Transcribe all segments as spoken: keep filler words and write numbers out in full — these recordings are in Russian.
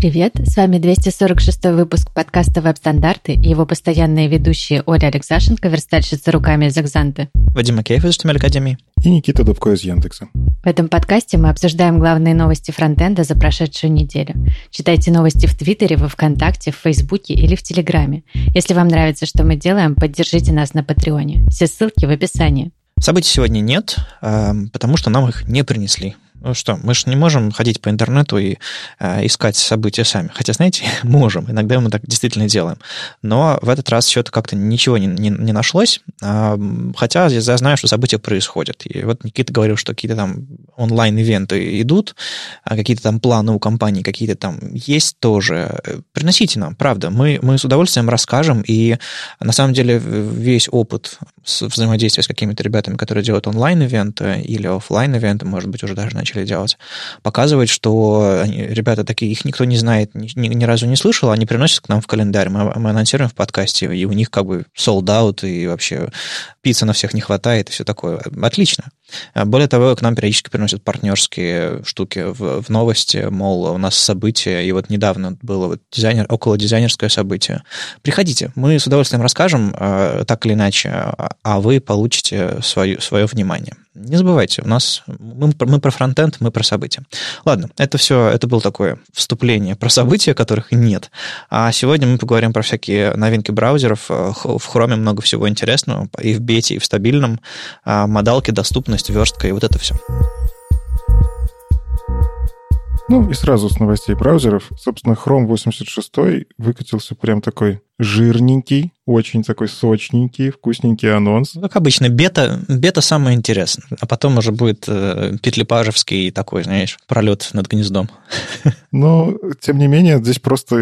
Привет, с вами двести сорок шестой выпуск подкаста «Веб-стандарты» и его постоянные ведущие Оля Алексашенко, верстальщица руками из Экзанты, Вадим Макеев из эйч ти эм эль Академии и Никита Дубко из Яндекса. В этом подкасте мы обсуждаем главные новости фронтенда за прошедшую неделю. Читайте новости в Твиттере, во Вконтакте, в Фейсбуке или в Телеграме. Если вам нравится, что мы делаем, поддержите нас на Патреоне. Все ссылки в описании. Событий сегодня нет, потому что нам их не принесли. Ну что, мы же не можем ходить по интернету и э, искать события сами. Хотя, знаете, можем. Иногда мы так действительно делаем. Но в этот раз что-то как-то ничего не, не, не нашлось. А, хотя я знаю, что события происходят. И вот Никита говорил, что какие-то там онлайн-ивенты идут, а какие-то там планы у компаний, какие-то там есть тоже. Приносите нам, правда. Мы, мы с удовольствием расскажем. И на самом деле весь опыт взаимодействия с какими-то ребятами, которые делают онлайн-ивенты или офлайн-ивенты, может быть, уже даже начали делать, показывает, что они, ребята такие, их никто не знает, ни, ни разу не слышал, они приносят к нам в календарь, мы, мы анонсируем в подкасте, и у них как бы sold out, и вообще пиццы на всех не хватает, и все такое. Отлично. Более того, к нам периодически приносят партнерские штуки в, в новости, мол, у нас событие, и вот недавно было вот дизайнер, около дизайнерское событие. Приходите, мы с удовольствием расскажем, так или иначе, а вы получите свое, свое внимание. Не забывайте, у нас мы, мы про фронтенд, мы про события. Ладно, это все, это было такое вступление про события, которых нет. А сегодня мы поговорим про всякие новинки браузеров. В Chrome много всего интересного, и в бете, и в стабильном. Модалки, доступность, верстка, и вот это все. Ну и сразу с новостей браузеров. Собственно, Chrome восемьдесят шесть выкатился прям такой жирненький, очень такой сочненький, вкусненький анонс. Как обычно, бета, бета самое интересное. А потом уже будет э, петлепажевский такой, знаешь, пролет над гнездом. Но, тем не менее, здесь просто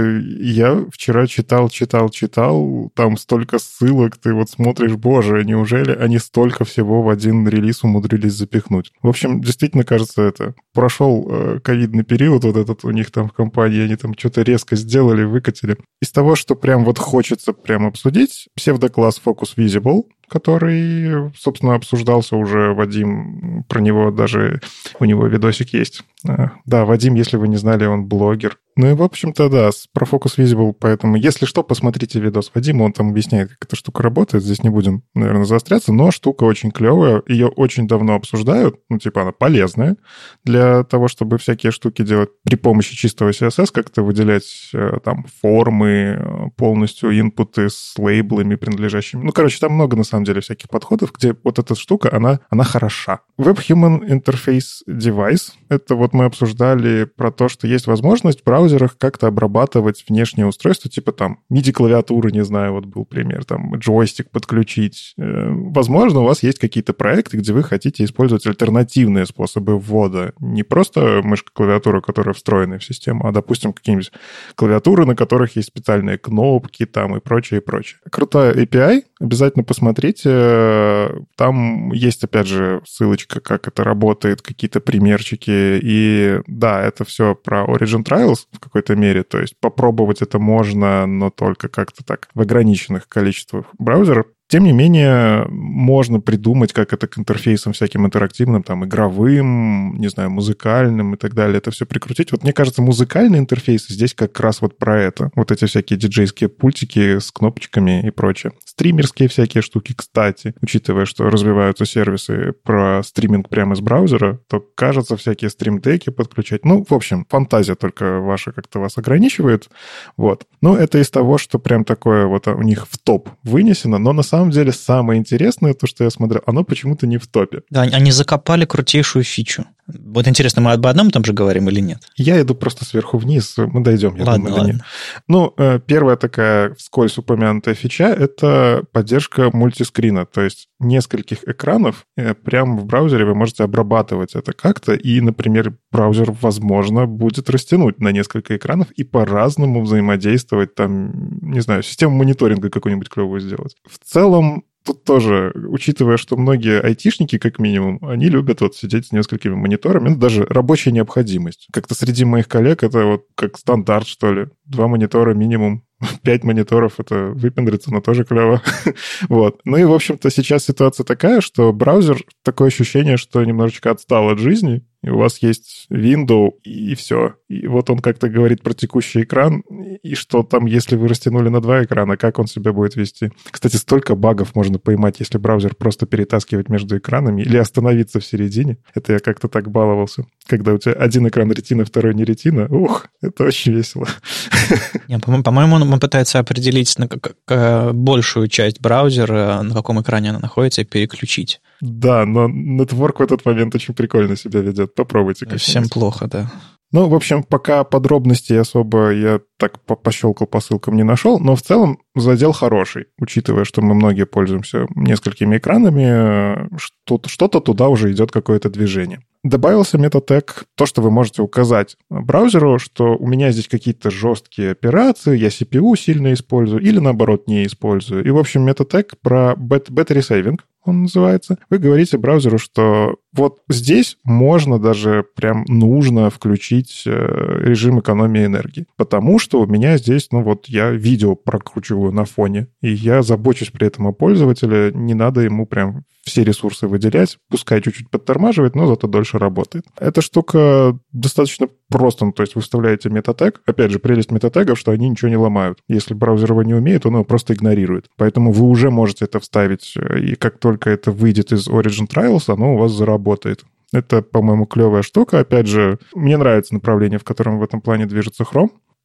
я вчера читал, читал, читал, там столько ссылок, ты вот смотришь, боже, неужели они столько всего в один релиз умудрились запихнуть? В общем, действительно, кажется, это прошел э, ковидный период вот этот у них там в компании, они там что-то резко сделали, выкатили. Из того, что прям вот хочется прям обсудить, псевдокласс Focus Visible, который, собственно, обсуждался уже, Вадим, про него даже, у него видосик есть. Да, Вадим, если вы не знали, он блогер. Ну и, в общем-то, да, про Focus Visible, поэтому, если что, посмотрите видос Вадима, он там объясняет, как эта штука работает, здесь не будем, наверное, заостряться, но штука очень клевая, ее очень давно обсуждают, ну, типа, она полезная для того, чтобы всякие штуки делать при помощи чистого си эс эс, как-то выделять там формы, полностью инпуты с лейблами принадлежащими. Ну, короче, там много, на самом деле, всяких подходов, где вот эта штука, она, она хороша. Web Human Interface Device, это вот мы обсуждали про то, что есть возможность в браузерах как-то обрабатывать внешнее устройство, типа там миди-клавиатуры, не знаю, вот был пример, там джойстик подключить. Возможно, у вас есть какие-то проекты, где вы хотите использовать альтернативные способы ввода. Не просто мышка-клавиатура, которая встроена в систему, а, допустим, какие-нибудь клавиатуры, на которых есть специальные кнопки там и прочее, и прочее. Крутая эй пи ай, обязательно посмотрите. Там есть, опять же, ссылочка, как это работает, какие-то примерчики. И да, это все про Origin Trials в какой-то мере. То есть попробовать это можно, но только как-то так в ограниченных количествах браузеров. Тем не менее, можно придумать, как это к интерфейсам всяким интерактивным, там, игровым, не знаю, музыкальным и так далее, это все прикрутить. Вот мне кажется, музыкальные интерфейсы здесь как раз вот про это. Вот эти всякие диджейские пультики с кнопочками и прочее. Стримерские всякие штуки, кстати, учитывая, что развиваются сервисы про стриминг прямо из браузера, то, кажется, всякие стримдеки подключать. Ну, в общем, фантазия только ваша как-то вас ограничивает. Вот. Ну, это из того, что прям такое вот у них в топ вынесено, но на самом На самом деле самое интересное, то, что я смотрел, оно почему-то не в топе. Да, они закопали крутейшую фичу. Вот интересно, мы об одном там же говорим или нет? Я иду просто сверху вниз, мы дойдем, я ладно, думаю, ладно. до них. Ну, первая такая вскользь упомянутая фича — это поддержка мультискрина, то есть нескольких экранов прямо в браузере вы можете обрабатывать это как-то, и, например, браузер, возможно, будет растянуть на несколько экранов и по-разному взаимодействовать, там, не знаю, систему мониторинга какую-нибудь клевую сделать. В целом, тут тоже, учитывая, что многие айтишники, как минимум, они любят вот сидеть с несколькими мониторами, ну, даже рабочая необходимость. Как-то среди моих коллег это вот как стандарт, что ли. Два монитора минимум, пять мониторов — это выпендриться, но тоже клево. Вот. Ну и, в общем-то, сейчас ситуация такая, что браузер, такое ощущение, что немножечко отстал от жизни, и у вас есть Windows, и все. И вот он как-то говорит про текущий экран, и что там, если вы растянули на два экрана, как он себя будет вести. Кстати, столько багов можно поймать, если браузер просто перетаскивать между экранами или остановиться в середине. Это я как-то так баловался. Когда у тебя один экран ретина, второй не ретина. Ух, это очень весело. Не, по-моему, он пытается определить на как, большую часть браузера, на каком экране она находится, и переключить. Да, но Network в этот момент очень прикольно себя ведет. Попробуйте. Всем плохо, да. Ну, в общем, пока подробностей особо я так пощелкал по ссылкам не нашел, но в целом задел хороший, учитывая, что мы многие пользуемся несколькими экранами, что-то, что-то туда уже идет какое-то движение. Добавился метод тег, то, что вы можете указать браузеру, что у меня здесь какие-то жесткие операции, я си пи ю сильно использую или, наоборот, не использую. И, в общем, метод тег про battery saving, он называется. Вы говорите браузеру, что вот здесь можно даже прям нужно включить режим экономии энергии, потому что у меня здесь, ну вот я видео прокручиваю на фоне, и я забочусь при этом о пользователе, не надо ему прям все ресурсы выделять, пускай чуть-чуть подтормаживает, но зато дольше работает. Эта штука достаточно просто, ну, то есть вы вставляете метатег. Опять же, прелесть метатегов, что они ничего не ломают. Если браузер его не умеет, он его просто игнорирует. Поэтому вы уже можете это вставить, и как только это выйдет из Origin Trials, оно у вас заработает. Это, по-моему, клевая штука. Опять же, мне нравится направление, в котором в этом плане движется Chrome.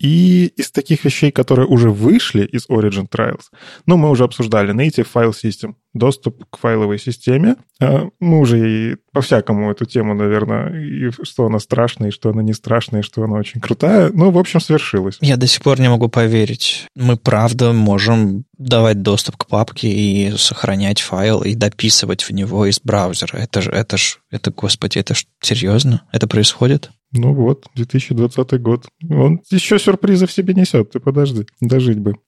И из таких вещей, которые уже вышли из Origin Trials, ну, мы уже обсуждали Native File System, доступ к файловой системе. Мы уже и по-всякому эту тему, наверное, и что она страшная, и что она не страшная, и что она очень крутая. Ну, в общем, свершилось. Я до сих пор не могу поверить. Мы, правда, можем давать доступ к папке и сохранять файл, и дописывать в него из браузера. Это же, это ж, это, господи, это ж серьезно? Это происходит? Ну вот, две тысячи двадцатый год. Он еще сюрпризы в себе несет, ты подожди, дожить бы.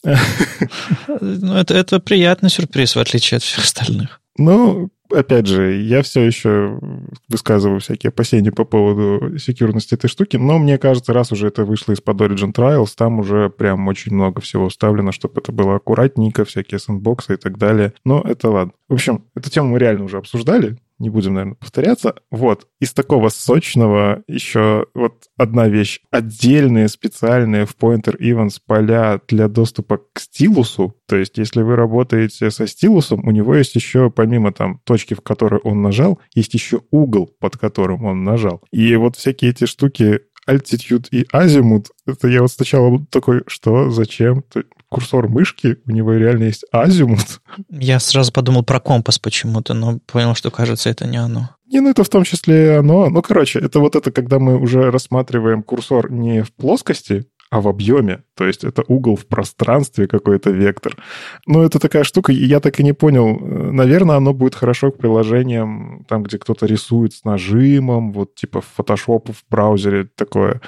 Ну, это, это приятный сюрприз, в отличие от всех остальных. Ну, опять же, я все еще высказываю всякие опасения по поводу секьюрности этой штуки, но мне кажется, раз уже это вышло из-под Origin Trials, там уже прям очень много всего вставлено, чтобы это было аккуратненько, всякие сэндбоксы и так далее. Но это ладно. В общем, эту тему мы реально уже обсуждали, не будем, наверное, повторяться. Вот, из такого сочного еще вот одна вещь. Отдельные специальные в Pointer Events поля для доступа к стилусу. То есть, если вы работаете со стилусом, у него есть еще, помимо там точки, в которой он нажал, есть еще угол, под которым он нажал. И вот всякие эти штуки Altitude и Azimuth, это я вот сначала такой, что, зачем? Курсор мышки, у него реально есть Azimuth. Я сразу подумал про компас почему-то, но понял, что, кажется, это не оно. Не, ну это в том числе оно. Ну, короче, это вот это, когда мы уже рассматриваем курсор не в плоскости, а в объеме. То есть это угол в пространстве, какой-то вектор. Ну, это такая штука, и я так и не понял. Наверное, оно будет хорошо к приложениям, там, где кто-то рисует с нажимом, вот типа Photoshop в браузере такое.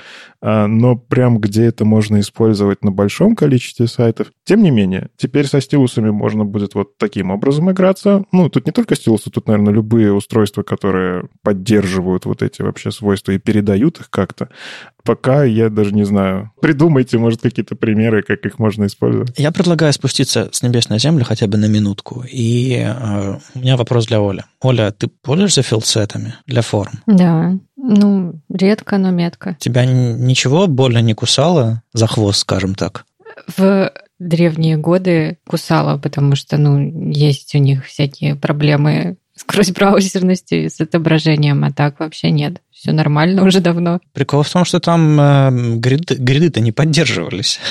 Но прям где это можно использовать на большом количестве сайтов. Тем не менее, теперь со стилусами можно будет вот таким образом играться. Ну, тут не только стилусы, тут, наверное, любые устройства, которые поддерживают вот эти вообще свойства и передают их как-то. Пока я даже не знаю. Придумайте, может, какие-то примеры, как их можно использовать. Я предлагаю спуститься с небес на землю хотя бы на минутку. И э, у меня вопрос для Оли. Оля, ты пользуешься филдсетами для форм? Да. Ну, редко, но метко. Тебя ничего больно не кусало за хвост, скажем так? В древние годы кусало, потому что, ну, есть у них всякие проблемы с кросс-браузерностью и с отображением, а так вообще нет. Все нормально уже давно. Прикол в том, что там э, гриды, гриды-то не поддерживались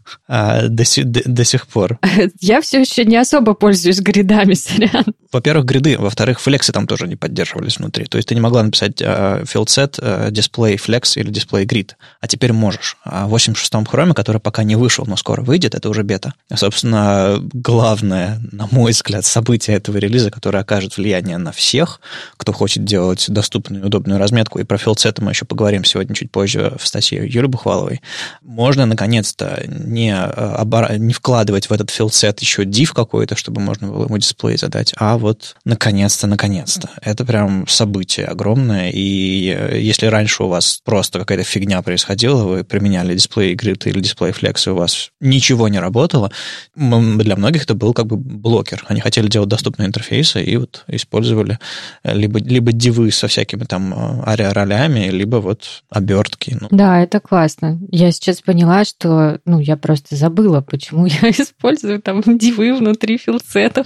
а, до, до, до сих пор. Я все еще не особо пользуюсь гридами, сорян. Во-первых, гриды. Во-вторых, флексы там тоже не поддерживались внутри. То есть ты не могла написать э, филдсет, э, display flex или display grid. А теперь можешь. А в восемьдесят шестом Chrome, который пока не вышел, но скоро выйдет, это уже бета. Собственно, главное, на мой взгляд, событие этого релиза, которое окажет влияние на всех, кто хочет делать доступную и удобную разметку, и про филдсеты мы еще поговорим сегодня чуть позже в статье Юлии Бухваловой, можно наконец-то не, обор... не вкладывать в этот филдсет еще div какой-то, чтобы можно было ему дисплей задать, а вот наконец-то, наконец-то. Это прям событие огромное, и если раньше у вас просто какая-то фигня происходила, вы применяли дисплей grid или дисплей flex, и у вас ничего не работало, для многих это был как бы блокер. Они хотели делать доступные интерфейсы, и вот использовали либо, либо дивы со всякими там ария-ролями, либо вот обертки. Ну. Да, это классно. Я сейчас поняла, что, ну, я просто забыла, почему я использую там дивы внутри филсетов.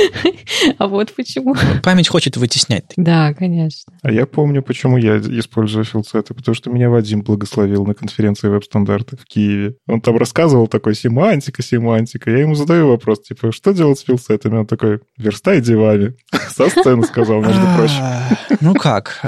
А вот почему. Память хочет вытеснять. Да, конечно. А я помню, почему я использую филсеты, потому что меня Вадим благословил на конференции веб-стандарты в Киеве. Он там рассказывал такой семантика, семантика. Я ему задаю вопрос, типа, что делать с филсетами? Он такой, верстай дивами. Со сцены сказал, между прочим. Ну как,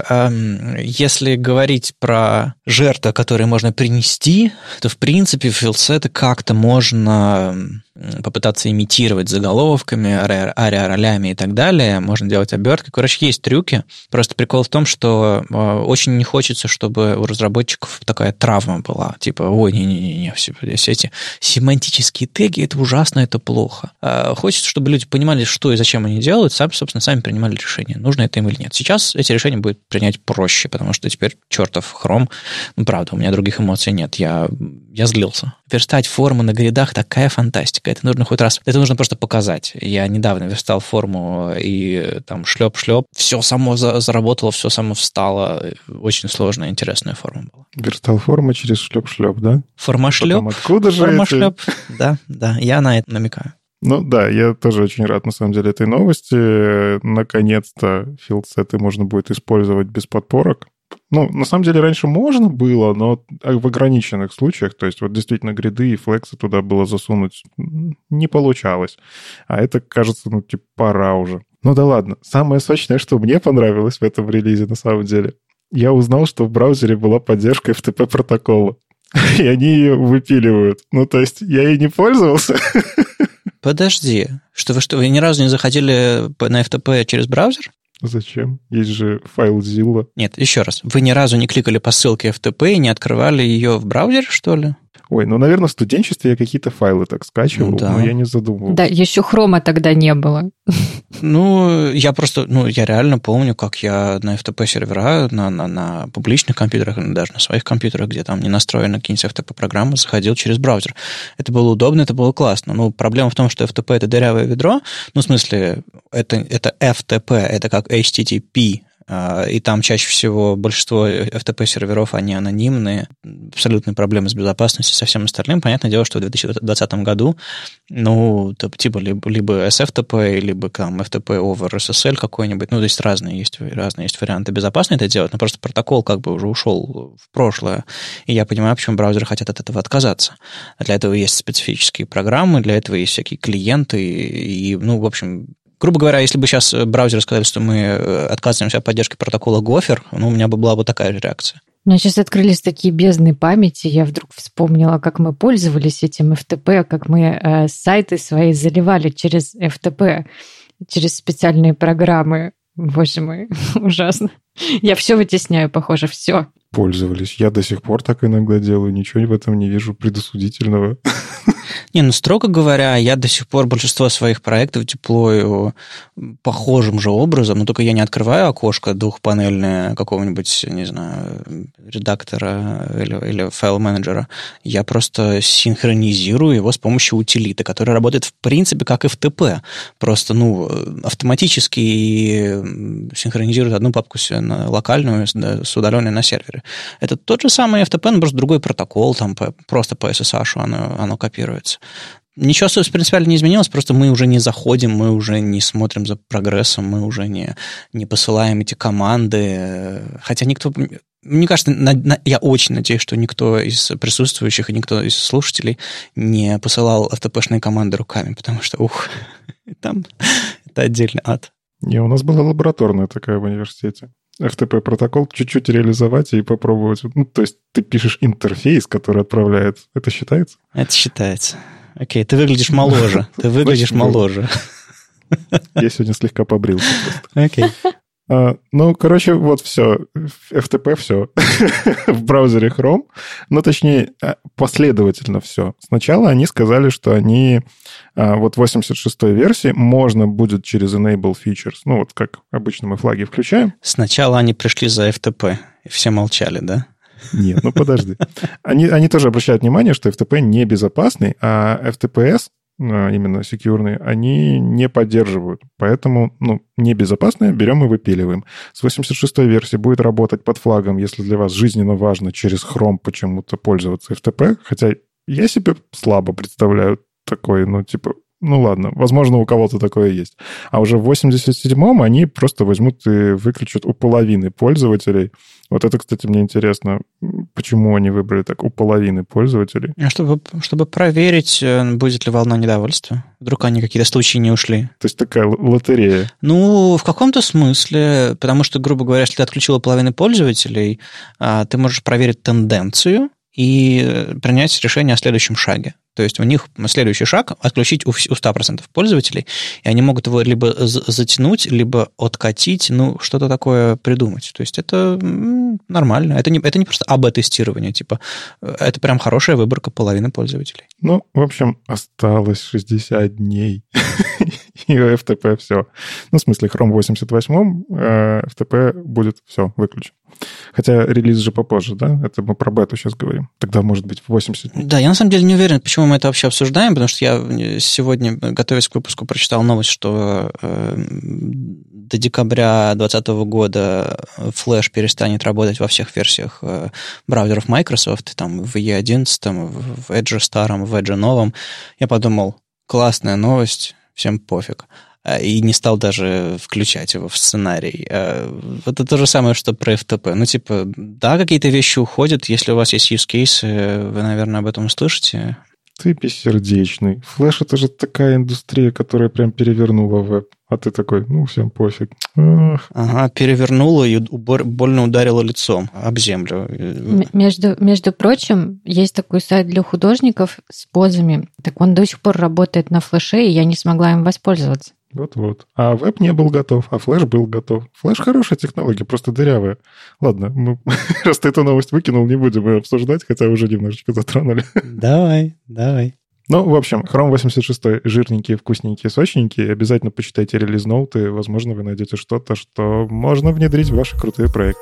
если говорить про жертвы, которые можно принести, то, в принципе, филсеты как-то можно попытаться имитировать заголовками, ария-ролями и так далее. Можно делать обертки. Короче, есть трюки. Просто прикол в том, что очень не хочется, чтобы у разработчиков такая травма была. Типа, ой, не-не-не, все, все эти семантические теги, это ужасно, это плохо. Хочется, чтобы люди понимали, что и зачем они делают, сами, собственно, сами принимали решение, нужно это им или нет. Сейчас эти решения будет принять проще, потому что теперь чертов Chrome, ну, правда, у меня других эмоций нет, я, я злился. Верстать форму на гридах такая фантастика. Это нужно хоть раз, это нужно просто показать. Я недавно верстал форму, и там шлеп-шлеп, все само заработало, все само встало. Очень сложная, интересная форма была. Верстал форму через шлеп-шлеп, да? Форма-шлеп. Откуда же Форма-шлеп, да, да, я на это намекаю. Ну да, я тоже очень рад, на самом деле, этой новости. Наконец-то филдсеты можно будет использовать без подпорок. Ну, на самом деле, раньше можно было, но в ограниченных случаях. То есть вот действительно гриды и флексы туда было засунуть не получалось. А это, кажется, ну, типа, пора уже. Ну да ладно. Самое сочное, что мне понравилось в этом релизе, на самом деле, я узнал, что в браузере была поддержка эф ти пи-протокола. И они ее выпиливают. Ну, то есть я ей не пользовался. Подожди, что вы что, вы ни разу не заходили на эф ти пи через браузер? Зачем? Есть же файл Zilla. Нет, еще раз. Вы ни разу не кликали по ссылке эф ти пи и не открывали ее в браузере, что ли? Ой, ну, наверное, в студенчестве я какие-то файлы так скачивал, да. Но я не задумывался. Да, еще хрома тогда не было. Ну, я просто, ну, я реально помню, как я на эф ти пи-сервера, на, на, на публичных компьютерах, или даже на своих компьютерах, где там не настроены какие-нибудь эф ти пи-программы, заходил через браузер. Это было удобно, это было классно. Но проблема в том, что эф ти пи — это дырявое ведро. Ну, в смысле, это, это эф ти пи, это как эйч ти ти пи, и там чаще всего большинство эф ти пи-серверов, они анонимные, абсолютные проблемы с безопасностью, со всем остальным. Понятное дело, что в две тысячи двадцатом году, ну, типа либо, либо эс эф ти пи, либо там эф ти пи over эс эс эль какой-нибудь, ну, то есть разные есть, разные есть варианты безопасно это делать, но просто протокол как бы уже ушел в прошлое, и я понимаю, почему браузеры хотят от этого отказаться. Для этого есть специфические программы, для этого есть всякие клиенты, и, ну, в общем... Грубо говоря, если бы сейчас браузеры сказали, что мы отказываемся от поддержки протокола Gopher, ну, у меня бы была бы такая же реакция. У меня сейчас открылись такие бездны памяти, я вдруг вспомнила, как мы пользовались этим эф ти пи, как мы э, сайты свои заливали через эф ти пи, через специальные программы. Боже мой, ужасно. Я все вытесняю, похоже, все. Пользовались. Я до сих пор так иногда делаю, ничего в этом не вижу предосудительного. Не, ну, строго говоря, я до сих пор большинство своих проектов деплою похожим же образом, но только я не открываю окошко двухпанельное какого-нибудь, не знаю, редактора или, или файл-менеджера. Я просто синхронизирую его с помощью утилиты, которая работает, в принципе, как эф ти пи. Просто, ну, автоматически синхронизирует одну папку локальную с удаленной на сервере. Это тот же самый эф ти пи, но просто другой протокол, там просто по эс эс эйч оно, оно копируется. Ничего принципиально не изменилось, просто мы уже не заходим, мы уже не смотрим за прогрессом, мы уже не, не посылаем эти команды. Хотя никто... Мне кажется, на, на, я очень надеюсь, что никто из присутствующих и никто из слушателей не посылал эф ти пи-шные команды руками, потому что, ух, там это отдельный ад. Не, у нас была лабораторная такая в университете. эф ти пи-протокол чуть-чуть реализовать и попробовать. Ну, то есть ты пишешь интерфейс, который отправляет. Это считается? Это считается. Окей, ты выглядишь моложе. Ты выглядишь моложе. Я сегодня слегка побрился просто. Окей. А, ну, короче, вот все. эф ти пи все. В браузере Chrome. Ну, точнее, последовательно все. Сначала они сказали, что они а, вот в восемьдесят шестой версии можно будет через Enable Features. Ну, вот как обычно мы флаги включаем. Сначала они пришли за эф ти пи, и все молчали, да? Нет, ну подожди. Они, они тоже обращают внимание, что эф ти пи не безопасный, а эф ти пи эс именно секьюрные, они не поддерживают. Поэтому, ну, небезопасные берем и выпиливаем. С восемьдесят шестой версии будет работать под флагом, если для вас жизненно важно через Chrome почему-то пользоваться эф ти пи, хотя я себе слабо представляю такой, ну, типа, ну ладно, возможно, у кого-то такое есть. А уже в восемьдесят седьмом они просто возьмут и выключат у половины пользователей. Вот это, кстати, мне интересно, почему они выбрали так у половины пользователей. Чтобы, чтобы проверить, будет ли волна недовольства. Вдруг они какие-то случаи не ушли. То есть такая лотерея. Ну, в каком-то смысле, потому что, грубо говоря, если ты отключила половину пользователей, ты можешь проверить тенденцию и принять решение о следующем шаге. То есть у них следующий шаг – отключить у ста процентов пользователей, и они могут его либо затянуть, либо откатить, ну, что-то такое придумать. То есть это нормально. Это не, это не просто эй би-тестирование, типа, это прям хорошая выборка половины пользователей. Ну, в общем, осталось шестьдесят дней, и у эф ти пи все. Ну, в смысле, Chrome восемьдесят восемь, эф ти пи будет все выключен. Хотя релиз же попозже, да? Это мы про бету сейчас говорим. Тогда, может быть, в восемьдесят дней. Да, я на самом деле не уверен, почему мы это вообще обсуждаем, потому что я сегодня, готовясь к выпуску, прочитал новость, что э, до декабря двадцатого года Flash перестанет работать во всех версиях э, браузеров Microsoft, там в и одиннадцать, в Edge старом, в Edge новом. Я подумал, классная новость, всем пофиг. И не стал даже включать его в сценарий. Вот это то же самое, что про эф ти пи. Ну, типа, да, какие-то вещи уходят. Если у вас есть use case, вы, наверное, об этом услышите. Ты бессердечный. Флэш — это же такая индустрия, которая прям перевернула веб. А ты такой, ну, всем пофиг. Ах. Ага, перевернула и больно ударила лицом об землю. Между, между прочим, есть такой сайт для художников с позами. Так он до сих пор работает на флеше, и я не смогла им воспользоваться. Вот-вот. А веб не был готов, а флэш был готов. Флэш хорошая технология, просто дырявая. Ладно, мы, раз ты эту новость выкинул, не будем ее обсуждать, хотя уже немножечко затронули. Давай, давай. Ну, в общем, Chrome восемьдесят шесть жирненькие, вкусненькие, сочненькие. Обязательно почитайте релиз-ноуты. Возможно, вы найдете что-то, что можно внедрить в ваши крутые проекты.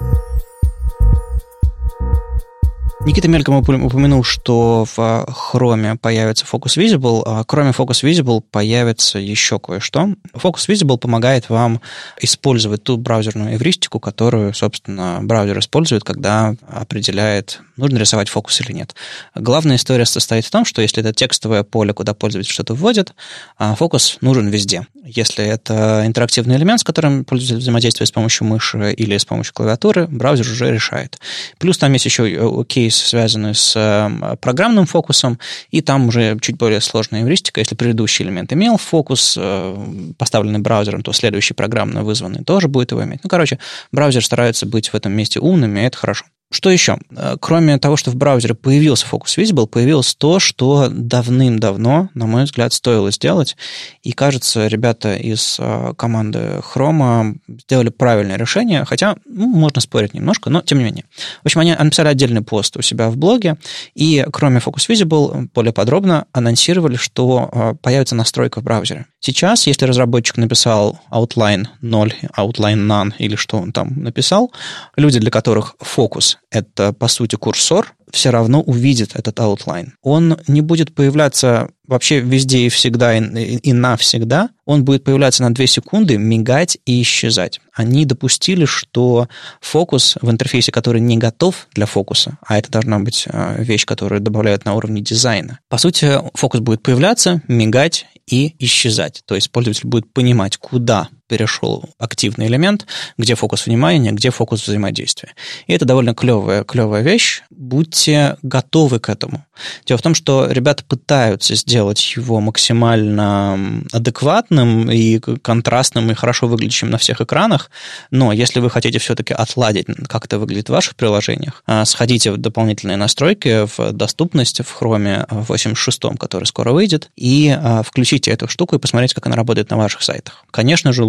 Никита мельком упомянул, что в Chrome появится Focus Visible, а кроме Focus Visible появится еще кое-что. Focus Visible помогает вам использовать ту браузерную эвристику, которую, собственно, браузер использует, когда определяет, нужно рисовать фокус или нет. Главная история состоит в том, что если это текстовое поле, куда пользователь что-то вводит, фокус нужен везде. Если это интерактивный элемент, с которым пользователь взаимодействует с помощью мыши или с помощью клавиатуры, браузер уже решает. Плюс там есть еще кейс, связанный с программным фокусом, и там уже чуть более сложная эвристика. Если предыдущий элемент имел фокус, поставленный браузером, то следующий программно вызванный тоже будет его иметь. Ну, короче, браузер старается быть в этом месте умным, и это хорошо. Что еще? Кроме того, что в браузере появился Focus Visible, появилось то, что давным-давно, на мой взгляд, стоило сделать. И, кажется, ребята из команды Chrome сделали правильное решение, хотя ну, можно спорить немножко, но тем не менее. В общем, они написали отдельный пост у себя в блоге, и кроме Focus Visible более подробно анонсировали, что появится настройка в браузере. Сейчас, если разработчик написал outline ноль, outline none или что он там написал, люди, для которых фокус — это, по сути, курсор, все равно увидит этот outline. Он не будет появляться вообще везде и всегда, и, и навсегда. Он будет появляться на две секунды, мигать и исчезать. Они допустили, что фокус в интерфейсе, который не готов для фокуса, а это должна быть вещь, которую добавляют на уровне дизайна, по сути, фокус будет появляться, мигать и исчезать. То есть пользователь будет понимать, куда перешел активный элемент, где фокус внимания, где фокус взаимодействия. И это довольно клевая, клевая вещь. Будьте готовы к этому. Дело в том, что ребята пытаются сделать его максимально адекватным и контрастным, и хорошо выглядящим на всех экранах, но если вы хотите все-таки отладить, как это выглядит в ваших приложениях, сходите в дополнительные настройки, в доступность в Chrome восемьдесят шестом, который скоро выйдет, и включите эту штуку и посмотрите, как она работает на ваших сайтах. Конечно же, лучше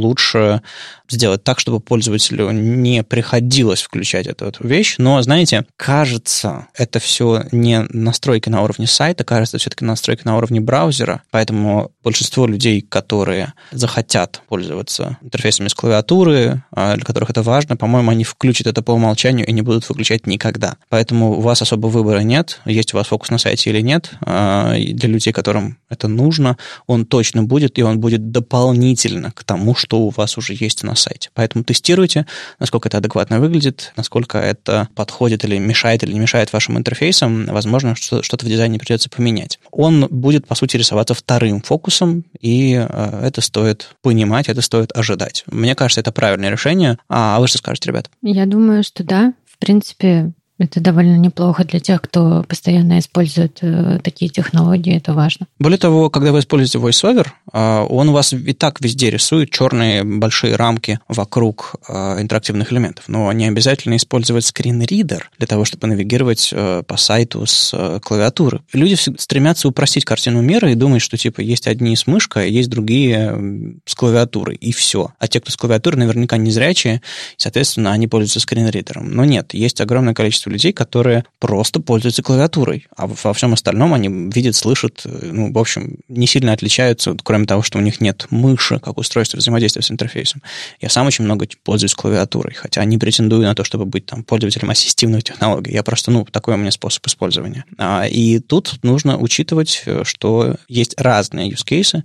лучше сделать так, чтобы пользователю не приходилось включать эту, эту вещь. Но, знаете, кажется, это все не настройки на уровне сайта, кажется, все-таки настройки на уровне браузера, поэтому большинство людей, которые захотят пользоваться интерфейсами с клавиатуры, для которых это важно, по-моему, они включат это по умолчанию и не будут выключать никогда. Поэтому у вас особо выбора нет, есть у вас фокус на сайте или нет. Для людей, которым это нужно, он точно будет, и он будет дополнительно к тому, что у вас уже есть на сайте. Поэтому тестируйте, насколько это адекватно выглядит, насколько это подходит или мешает, или не мешает вашим интерфейсам. Возможно, что-то в дизайне придется поменять. Он будет, по сути, рисоваться вторым фокусом, и это стоит понимать, это стоит ожидать. Мне кажется, это правильное решение. А вы что скажете, ребят? Я думаю, что да. В принципе, это довольно неплохо для тех, кто постоянно использует э, такие технологии, это важно. Более того, когда вы используете VoiceOver, э, он у вас и так везде рисует черные большие рамки вокруг э, интерактивных элементов, но не обязательно использовать скринридер для того, чтобы навигировать э, по сайту с э, клавиатуры. Люди стремятся упростить картину мира и думают, что типа есть одни с мышкой, есть другие с клавиатурой, и все. А те, кто с клавиатурой, наверняка незрячие, и, соответственно, они пользуются скринридером. Но нет, есть огромное количество людей, которые просто пользуются клавиатурой, а во всем остальном они видят, слышат, ну, в общем, не сильно отличаются, кроме того, что у них нет мыши как устройства взаимодействия с интерфейсом. Я сам очень много пользуюсь клавиатурой, хотя не претендую на то, чтобы быть там пользователем ассистивных технологий. Я просто, ну, такой у меня способ использования. И тут нужно учитывать, что есть разные use cases,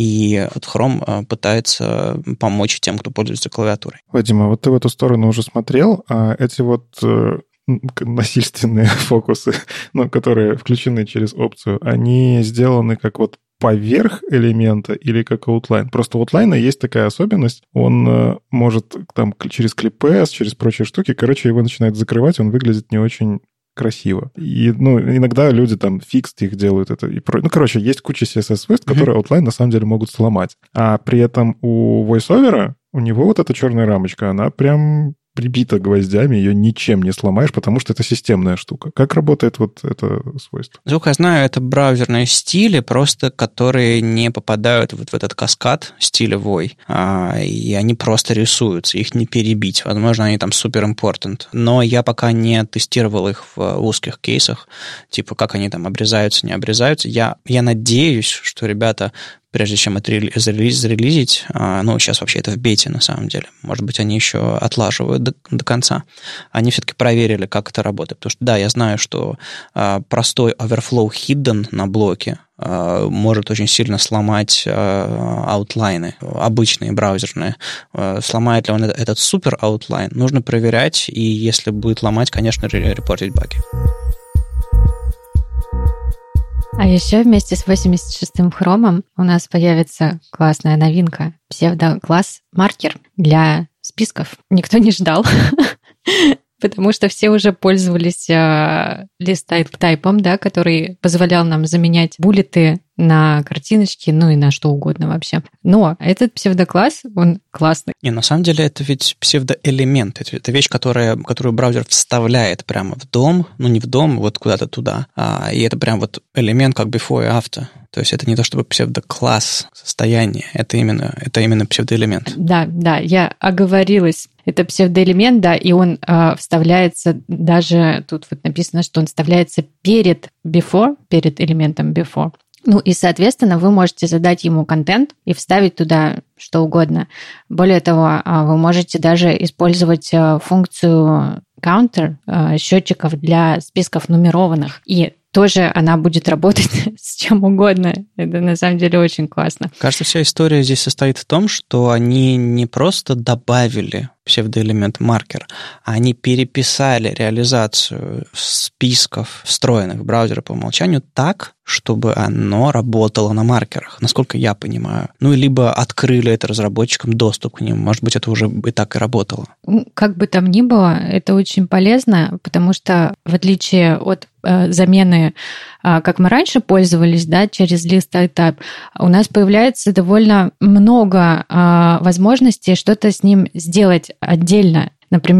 и Chrome пытается помочь тем, кто пользуется клавиатурой. Вадим, а вот ты в эту сторону уже смотрел, а эти вот насильственные фокусы, ну, которые включены через опцию, они сделаны как вот поверх элемента или как аутлайн? Просто у аутлайна есть такая особенность, он может там через клипэс, через прочие штуки, короче, его начинает закрывать, он выглядит не очень красиво. И, ну, иногда люди там фикст их делают это. И, ну, короче, есть куча си эс эс-свойств, mm-hmm. которые аутлайн на самом деле могут сломать. А при этом у VoiceOver у него вот эта черная рамочка, она прям прибита гвоздями, ее ничем не сломаешь, потому что это системная штука. Как работает вот это свойство? Насколько я знаю, это браузерные стили, просто которые не попадают вот в этот каскад стиля Voi, а, и они просто рисуются, их не перебить. Возможно, они там супер important, но я пока не тестировал их в узких кейсах, типа как они там обрезаются, не обрезаются. Я, я надеюсь, что ребята, прежде чем это зарелизить, ну, сейчас вообще это в бете на самом деле, может быть, они еще отлаживают до, до конца, они все-таки проверили, как это работает. Потому что, да, я знаю, что а, простой overflow hidden на блоке а, может очень сильно сломать а, аутлайны, обычные браузерные. А, сломает ли он этот супер аутлайн, нужно проверять, и если будет ломать, конечно, репортить баги. А еще вместе с восемьдесят шестым хромом у нас появится классная новинка — псевдокласс маркер для списков. Никто не ждал, потому что все уже пользовались лист-тайпом, да, который позволял нам заменять буллеты на картиночки, ну и на что угодно вообще. Но этот псевдокласс, он классный. Не, на самом деле это ведь псевдоэлемент. Это, это вещь, которая, которую браузер вставляет прямо в дом, ну не в дом, вот куда-то туда. А, и это прям вот элемент как before и after. То есть это не то чтобы псевдокласс состояние, это именно, это именно псевдоэлемент. Да, да, я оговорилась. Это псевдоэлемент, да, и он э, вставляется даже, тут вот написано, что он вставляется перед before, перед элементом before. Ну и, соответственно, вы можете задать ему контент и вставить туда что угодно. Более того, вы можете даже использовать функцию counter счетчиков для списков нумерованных. И тоже она будет работать с чем угодно. Это на самом деле очень классно. Кажется, вся история здесь состоит в том, что они не просто добавили псевдоэлемент маркер, а они переписали реализацию списков, встроенных в браузеры по умолчанию, так, чтобы оно работало на маркерах, насколько я понимаю. Ну, либо открыли это разработчикам доступ к ним. Может быть, это уже и так и работало. Как бы там ни было, это очень полезно, потому что в отличие от э, замены, э, как мы раньше пользовались, да, через list type, у нас появляется довольно много э, возможностей что-то с ним сделать отдельно. Например,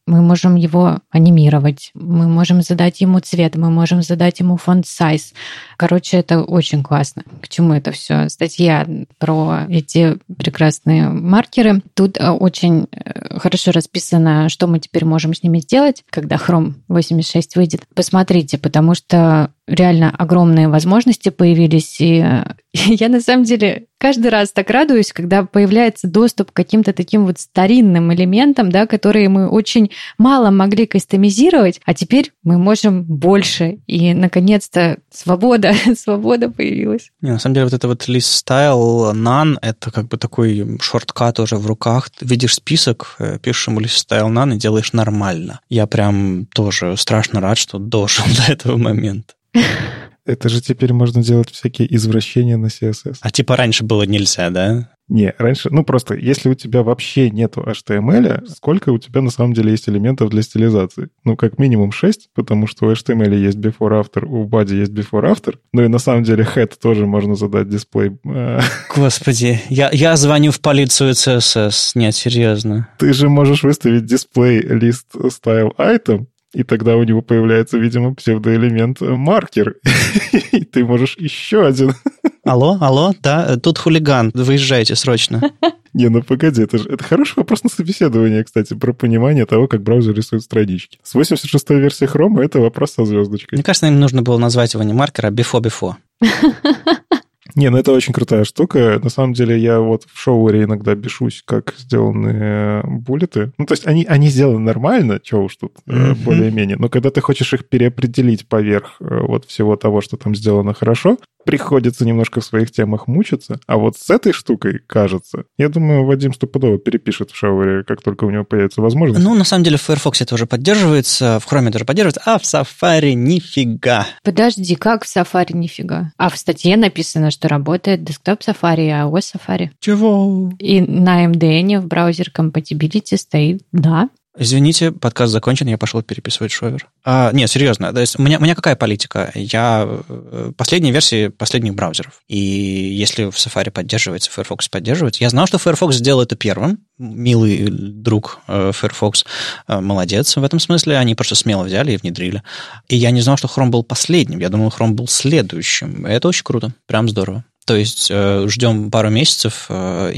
мы можем его анимировать, мы можем задать ему цвет, мы можем задать ему фонт сайз. Короче, это очень классно. К чему это все? Статья про эти прекрасные маркеры. Тут очень хорошо расписано, что мы теперь можем с ними сделать, когда Chrome восемьдесят шесть выйдет. Посмотрите, потому что реально огромные возможности появились, и я на самом деле каждый раз так радуюсь, когда появляется доступ к каким-то таким вот старинным элементам, да, которые мы очень мало могли кастомизировать, а теперь мы можем больше, и наконец-то свобода, свобода появилась. Не, на самом деле вот это вот list style none, это как бы такой шорткат уже в руках. Ты видишь список, пишешь ему list style none и делаешь нормально. Я прям тоже страшно рад, что дошел до этого момента. Это же теперь можно делать всякие извращения на си эс эс. А типа раньше было нельзя, да? Не, раньше... Ну, просто, если у тебя вообще нету эйч ти эм эл, сколько у тебя на самом деле есть элементов для стилизации? Ну, как минимум шесть, потому что у эйч ти эм эл есть before-after, у body есть before-after. Ну, и на самом деле head тоже можно задать дисплей. Господи, я, я звоню в полицию си эс эс. Нет, серьезно. Ты же можешь выставить дисплей list style item, и тогда у него появляется, видимо, псевдоэлемент маркер. И ты можешь еще один. Алло, алло, да, тут хулиган, выезжайте срочно. Не, ну погоди, это же это хороший вопрос на собеседование, кстати, про понимание того, как браузер рисует странички. С восемьдесят шестой версии Chrome это вопрос со звездочкой. Мне кажется, им нужно было назвать его не маркер, а before-before. Не, ну это очень крутая штука. На самом деле я вот в шоуэре иногда бешусь, как сделаны буллеты. Ну, то есть они, они сделаны нормально, чего уж тут mm-hmm. более-менее. Но когда ты хочешь их переопределить поверх вот всего того, что там сделано хорошо, приходится немножко в своих темах мучиться. А вот с этой штукой, кажется, я думаю, Вадим стопудово перепишет в шоуэре, как только у него появится возможность. Ну, на самом деле в Firefox это уже поддерживается, в Chrome тоже поддерживается, а в Safari нифига. Подожди, как в Safari нифига? А в статье написано, что работает десктоп Safari и iOS Safari. Чего? И на эм ди эн в браузер Compatibility стоит, да. Извините, подкаст закончен, я пошел переписывать шовер. А, нет, серьезно, то есть у меня, у меня какая политика? Я последние версии последних браузеров. И если в Safari поддерживается, Firefox поддерживается. Я знал, что Firefox сделал это первым. Милый друг Firefox молодец в этом смысле. Они просто смело взяли и внедрили. И я не знал, что Chrome был последним. Я думал, Chrome был следующим. Это очень круто. Прям здорово. То есть ждем пару месяцев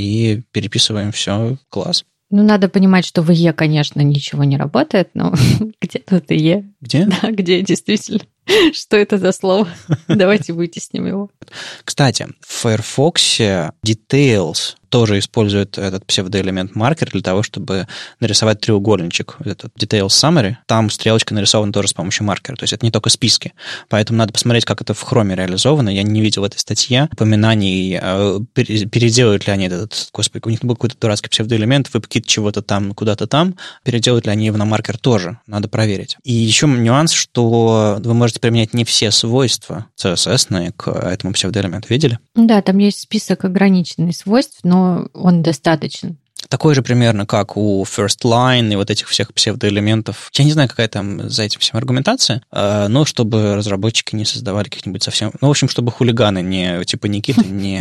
и переписываем все. Класс. Ну, надо понимать, что в и и, конечно, ничего не работает, но где тут и и? Где? Да, где действительно. Что это за слово? Давайте вытесним его. Кстати, в Firefox Details тоже использует этот псевдоэлемент маркер для того, чтобы нарисовать треугольничек. Этот Details Summary, там стрелочка нарисована тоже с помощью маркера. То есть это не только списки. Поэтому надо посмотреть, как это в Chrome реализовано. Я не видел в этой статье упоминаний, переделают ли они этот... Господи, у них был какой-то дурацкий псевдоэлемент, WebKit чего-то там, куда-то там. Переделают ли они его на маркер тоже. Надо проверить. И еще нюанс, что вы можете применять не все свойства си эс эс-ные к этому псевдоэлементу. Видели? Да, там есть список ограниченных свойств, но он достаточен. Такой же примерно, как у First Line и вот этих всех псевдоэлементов. Я не знаю, какая там за этим всем аргументация, но чтобы разработчики не создавали каких-нибудь совсем... Ну, в общем, чтобы хулиганы не типа Никиты не...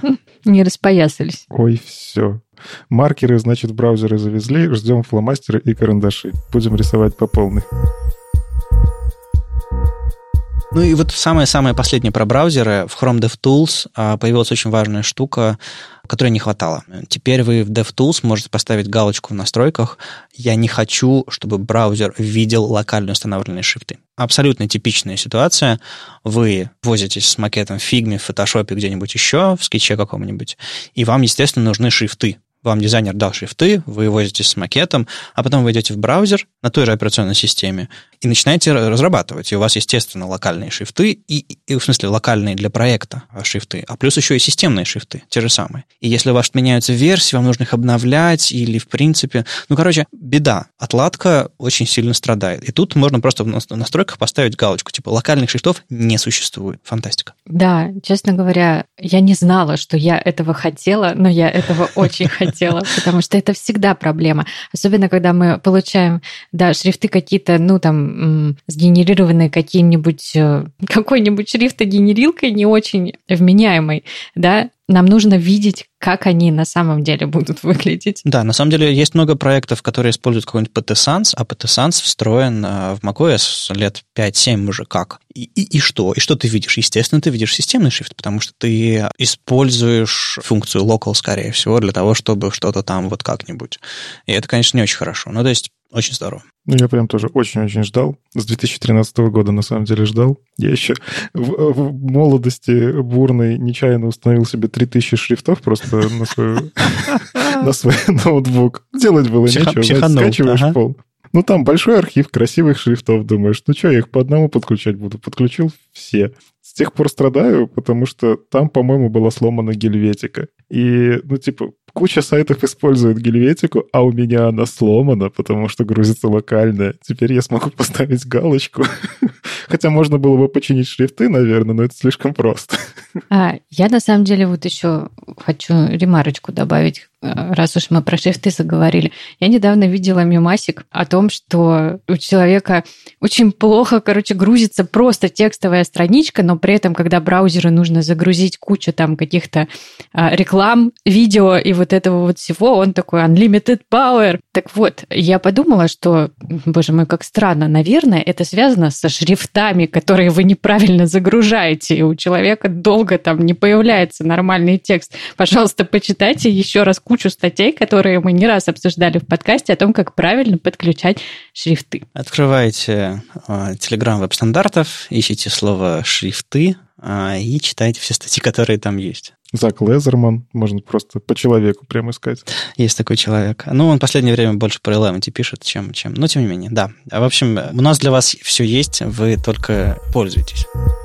Не распоясались. Ой, все. Маркеры, значит, в браузеры завезли. Ждем фломастеры и карандаши. Будем рисовать по полной. Ну и вот самое-самое последнее про браузеры. В Chrome DevTools появилась очень важная штука, которой не хватало. Теперь вы в DevTools можете поставить галочку в настройках «Я не хочу, чтобы браузер видел локально установленные шрифты». Абсолютно типичная ситуация. Вы возитесь с макетом в Figma, в Photoshop, где-нибудь еще, в скетче каком-нибудь, и вам, естественно, нужны шрифты. Вам дизайнер дал шрифты, вы возитесь с макетом, а потом вы идете в браузер на той же операционной системе и начинаете разрабатывать. И у вас, естественно, локальные шрифты, и, и в смысле локальные для проекта шрифты, а плюс еще и системные шрифты, те же самые. И если у вас меняются версии, вам нужно их обновлять или, в принципе... Ну, короче, беда. Отладка очень сильно страдает. И тут можно просто в настройках поставить галочку, типа локальных шрифтов не существует. Фантастика. Да, честно говоря, я не знала, что я этого хотела, но я этого очень хотела. Хотела, потому что это всегда проблема. Особенно, когда мы получаем, да, шрифты какие-то, ну, там, сгенерированные каким-нибудь, какой-нибудь шрифтогенерилкой не очень вменяемой, да, нам нужно видеть, как они на самом деле будут выглядеть. Да, на самом деле есть много проектов, которые используют какой-нибудь пи ти Sans, а пи ти Sans встроен в macOS лет пять-семь уже как. И, и, и что? И что ты видишь? Естественно, ты видишь системный шрифт, потому что ты используешь функцию local, скорее всего, для того, чтобы что-то там вот как-нибудь. И это, конечно, не очень хорошо. Ну, то есть, очень здорово. Ну, я прям тоже очень-очень ждал. С две тысячи тринадцатого года, на самом деле, ждал. Я еще в, в молодости бурной нечаянно установил себе три тысячи шрифтов просто на свой, на свой ноутбук. Делать было нечего. Скачиваешь пол. Ну, там большой архив красивых шрифтов, думаешь. Ну, что, я их по одному подключать буду? Подключил все. С тех пор страдаю, потому что там, по-моему, была сломана гельветика. И, ну, типа, куча сайтов использует гельветику, а у меня она сломана, потому что грузится локально. Теперь я смогу поставить галочку. Хотя можно было бы починить шрифты, наверное, но это слишком просто. А, я, на самом деле, вот еще хочу ремарочку добавить, раз уж мы про шрифты заговорили. Я недавно видела мемасик о том, что у человека очень плохо, короче, грузится просто текстовая страничка, но при этом, когда браузеру нужно загрузить кучу там каких-то а, реклам, видео и вот этого вот всего, он такой unlimited power. Так вот, я подумала, что, боже мой, как странно, наверное, это связано со шрифтами, которые вы неправильно загружаете, и у человека долго там не появляется нормальный текст. Пожалуйста, почитайте еще раз кучу статей, которые мы не раз обсуждали в подкасте о том, как правильно подключать шрифты. Открывайте э, Telegram веб-стандартов, ищите слово «шрифты» э, и читайте все статьи, которые там есть. Зак Лезерман, можно просто по человеку прямо искать. Есть такой человек. Ну, он в последнее время больше про Eleventy пишет, чем, чем... Но, тем не менее, да. В общем, у нас для вас все есть, вы только пользуйтесь.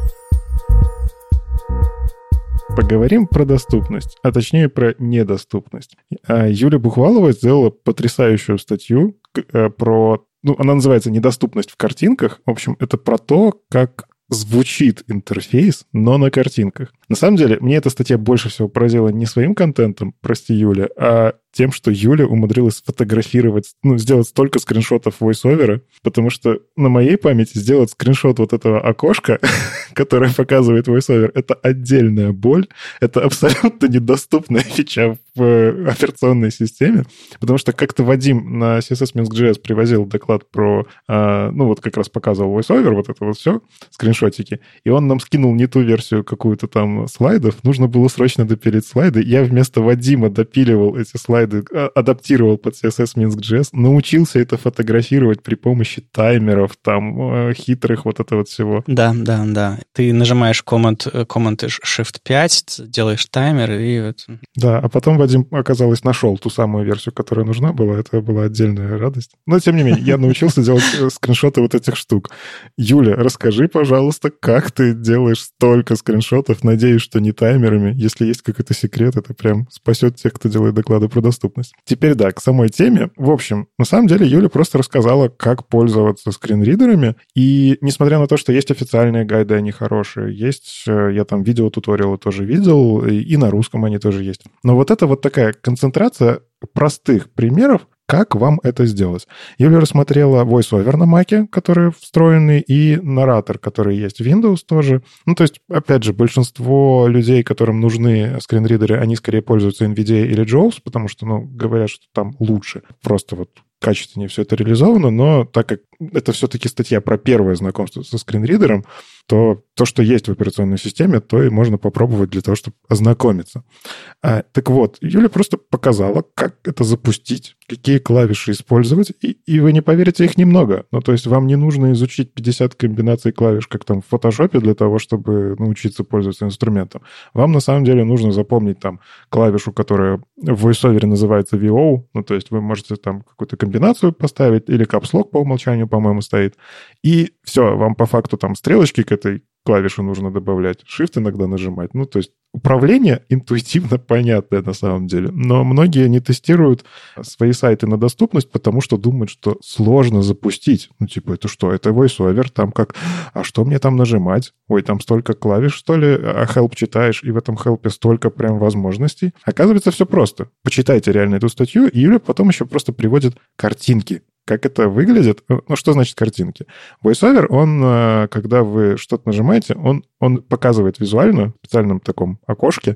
Поговорим про доступность, а точнее про недоступность. Юля Бухвалова сделала потрясающую статью про... Ну, она называется «Недоступность в картинках». В общем, это про то, как звучит интерфейс, но на картинках. На самом деле, мне эта статья больше всего поразила не своим контентом, прости, Юля, а тем, что Юля умудрилась сфотографировать, ну, сделать столько скриншотов войс-овера, потому что на моей памяти сделать скриншот вот этого окошка, которое показывает войс-овер, это отдельная боль, это абсолютно недоступная фича в операционной системе, потому что как-то Вадим на си эс эс Minsk.js привозил доклад про, ну, вот как раз показывал войс-овер, вот это вот все, скриншотики, и он нам скинул не ту версию какую-то там слайдов, нужно было срочно допилить слайды, я вместо Вадима допиливал эти слайды, адаптировал под си эс эс Minsk.js, научился это фотографировать при помощи таймеров, там, хитрых вот этого вот всего. Да, да, да. Ты нажимаешь Command, Command Shift пять, делаешь таймер, и... вот. Да, а потом Вадим, оказалось, нашел ту самую версию, которая нужна была. Это была отдельная радость. Но, тем не менее, я научился делать скриншоты вот этих штук. Юля, расскажи, пожалуйста, как ты делаешь столько скриншотов? Надеюсь, что не таймерами. Если есть какой-то секрет, это прям спасет тех, кто делает доклады про доступность. Теперь, да, к самой теме. В общем, на самом деле Юля просто рассказала, как пользоваться скринридерами. И несмотря на то, что есть официальные гайды, они хорошие, есть, я там видео-туториалы тоже видел, и на русском они тоже есть. Но вот это вот такая концентрация простых примеров, как вам это сделать? Юля рассмотрела VoiceOver на Mac, который встроенный, и наратор, который есть в Windows тоже. Ну, то есть, опять же, большинство людей, которым нужны скринридеры, они скорее пользуются эн ви ди эй или джоус, потому что, ну, говорят, что там лучше. Просто вот качественнее все это реализовано, но так как это все-таки статья про первое знакомство со скринридером, то то, что есть в операционной системе, то и можно попробовать для того, чтобы ознакомиться. А, так вот, Юля просто показала, как это запустить, какие клавиши использовать, и, и вы не поверите, их немного. Ну, то есть вам не нужно изучить пятьдесят комбинаций клавиш, как там в фотошопе, для того, чтобы научиться пользоваться инструментом. Вам на самом деле нужно запомнить там клавишу, которая в VoiceOver называется ви о, ну, то есть вы можете там какую-то комбинацию поставить, или капслок по умолчанию, по-моему, стоит, и все, вам по факту там стрелочки к этой клавишу нужно добавлять, Shift иногда нажимать. Ну, то есть управление интуитивно понятное на самом деле. Но многие не тестируют свои сайты на доступность, потому что думают, что сложно запустить. Ну, типа, это что? Это VoiceOver, там как... А что мне там нажимать? Ой, там столько клавиш, что ли? А help читаешь, и в этом help столько прям возможностей. Оказывается, все просто. Почитайте реально эту статью, и Юля потом еще просто приводит картинки. Как это выглядит? Ну, что значит картинки? VoiceOver, он, когда вы что-то нажимаете, он, он показывает визуально в специальном таком окошке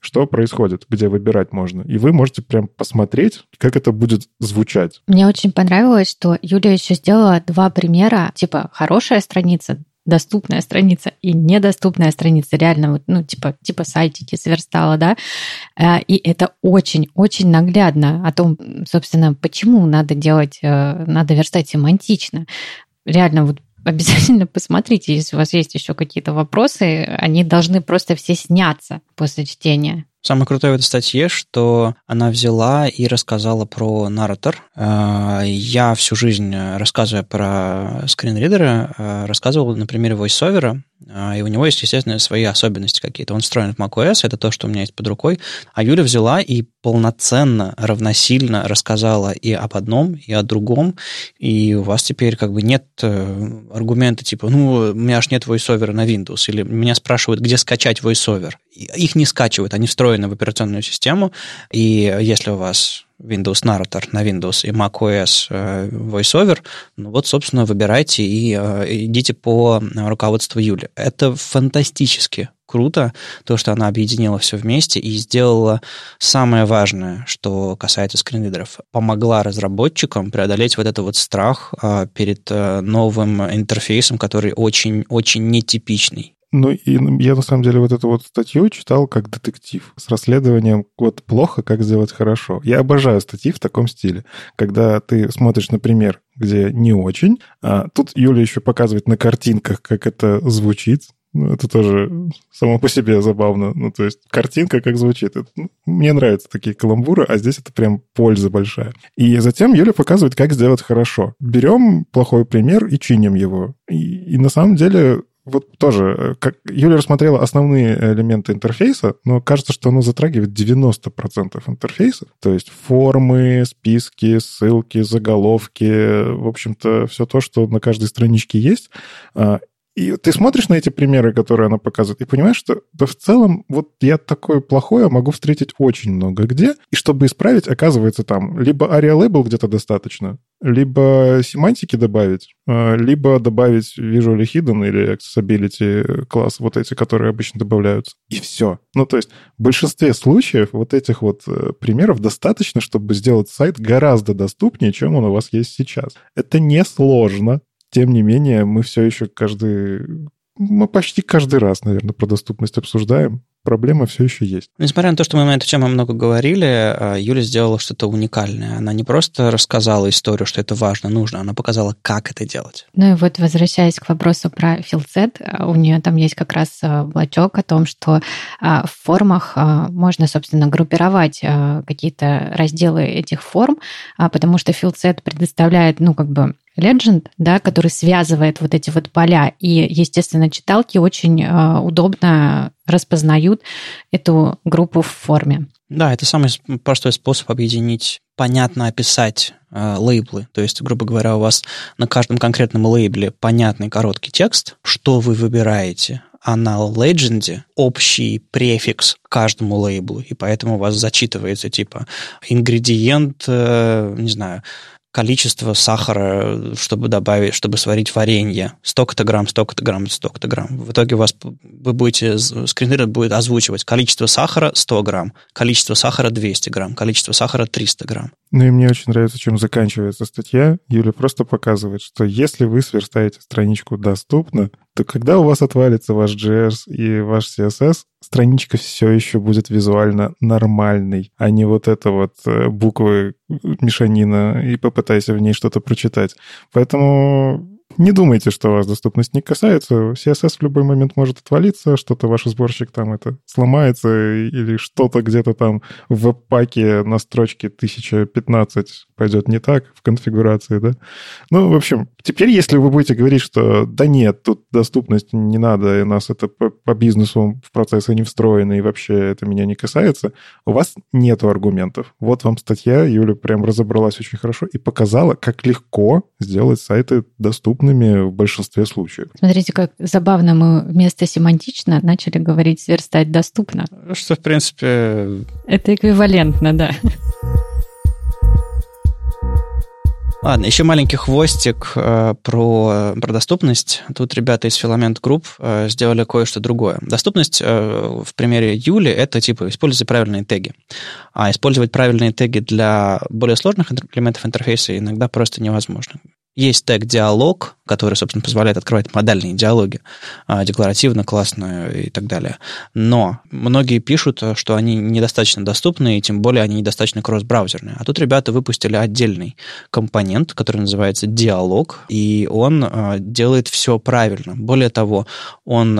что происходит, где выбирать можно. И вы можете прям посмотреть, как это будет звучать. Мне очень понравилось, что Юля еще сделала два примера, типа хорошая страница, доступная страница и недоступная страница, реально, вот, ну, типа, типа сайтики сверстала, да, и это очень-очень наглядно о том, собственно, почему надо делать, надо верстать семантично. Реально, вот обязательно посмотрите, если у вас есть еще какие-то вопросы, они должны просто все сняться после чтения. Самое крутое в этой статье, что она взяла и рассказала про нарратор. Я всю жизнь, рассказывая про скринридеры, рассказывал на примере VoiceOver, и у него есть, естественно, свои особенности какие-то. Он встроен в macOS, это то, что у меня есть под рукой. А Юля взяла и полноценно, равносильно рассказала и об одном, и о другом, и у вас теперь как бы нет аргумента типа, ну, у меня аж нет VoiceOver на Windows, или меня спрашивают, где скачать VoiceOver. Их не скачивают, они встроены в операционную систему, и если у вас Windows Narrator на Windows и macOS VoiceOver, ну вот, собственно, выбирайте и идите по руководству Юли. Это фантастически круто, то, что она объединила все вместе и сделала самое важное, что касается скринридеров. Помогла разработчикам преодолеть вот этот вот страх перед новым интерфейсом, который очень-очень нетипичный. Ну, и я, на самом деле, вот эту вот статью читал как детектив с расследованием вот плохо, как сделать хорошо. Я обожаю статьи в таком стиле, когда ты смотришь, например, где не очень. А тут Юля еще показывает на картинках, как это звучит. Ну, это тоже само по себе забавно. Ну, то есть картинка как звучит. Это, ну, мне нравятся такие каламбуры, а здесь это прям польза большая. И затем Юля показывает, как сделать хорошо. Берем плохой пример и чиним его. И, и на самом деле... Вот тоже, как Юля рассмотрела основные элементы интерфейса, но кажется, что оно затрагивает девяносто процентов интерфейсов. То есть формы, списки, ссылки, заголовки, в общем-то, все то, что на каждой страничке есть. И ты смотришь на эти примеры, которые она показывает, и понимаешь, что да в целом вот я такое плохое могу встретить очень много где, и чтобы исправить, оказывается, там либо aria label где-то достаточно, либо семантики добавить, либо добавить visually hidden или accessibility класс, вот эти, которые обычно добавляются, и все. Ну, то есть в большинстве случаев вот этих вот примеров достаточно, чтобы сделать сайт гораздо доступнее, чем он у вас есть сейчас. Это несложно. Тем не менее, мы все еще каждый... Мы почти каждый раз, наверное, про доступность обсуждаем. Проблема все еще есть. Несмотря на то, что мы на эту тему много говорили, Юля сделала что-то уникальное. Она не просто рассказала историю, что это важно, нужно, она показала, как это делать. Ну и вот, возвращаясь к вопросу про филдсет, у нее там есть как раз блочок о том, что в формах можно, собственно, группировать какие-то разделы этих форм, потому что филдсет предоставляет, ну, как бы, Legend, да, который связывает вот эти вот поля. И, естественно, читалки очень удобно распознают эту группу в форме. Да, это самый простой способ объединить, понятно описать э, лейблы. То есть, грубо говоря, у вас на каждом конкретном лейбле понятный короткий текст, что вы выбираете, а на Legend общий префикс к каждому лейблу, и поэтому у вас зачитывается типа ингредиент, э, не знаю, количество сахара, чтобы добавить, чтобы сварить варенье. Столько-то грамм, столько-то грамм, столько-то грамм. В итоге у вас вы будете, скринридер будет озвучивать количество сахара сто грамм, количество сахара двести грамм, количество сахара триста грамм. Ну и мне очень нравится, чем заканчивается статья. Юля просто показывает, что если вы сверстаете страничку доступно, то когда у вас отвалится ваш джей эс и ваш си эс эс, страничка все еще будет визуально нормальной, а не вот это вот буквы мешанина, и попытайся в ней что-то прочитать. Поэтому не думайте, что вас доступность не касается. си эс эс в любой момент может отвалиться, что-то ваш сборщик там это сломается, или что-то где-то там в веб-паке на строчке тысяча пятнадцать пойдет не так в конфигурации, да? Ну, в общем, теперь, если вы будете говорить, что да нет, тут доступность не надо, и нас это по, по бизнесу в процессы не встроено, и вообще это меня не касается, у вас нету аргументов. Вот вам статья, Юля прям разобралась очень хорошо и показала, как легко сделать сайты доступными в большинстве случаев. Смотрите, как забавно мы вместо семантично начали говорить сверстать доступно. Что, в принципе... Это эквивалентно, да. Ладно, еще маленький хвостик э, про, про доступность. Тут ребята из Filament Group э, сделали кое-что другое. Доступность э, в примере Юли — это типа используйте правильные теги. А использовать правильные теги для более сложных элементов интерфейса иногда просто невозможно. Есть тег «диалог», который, собственно, позволяет открывать модальные диалоги, декларативно, классно и так далее. Но многие пишут, что они недостаточно доступны, и тем более они недостаточно кросс-браузерные. А тут ребята выпустили отдельный компонент, который называется «диалог», и он делает все правильно. Более того, он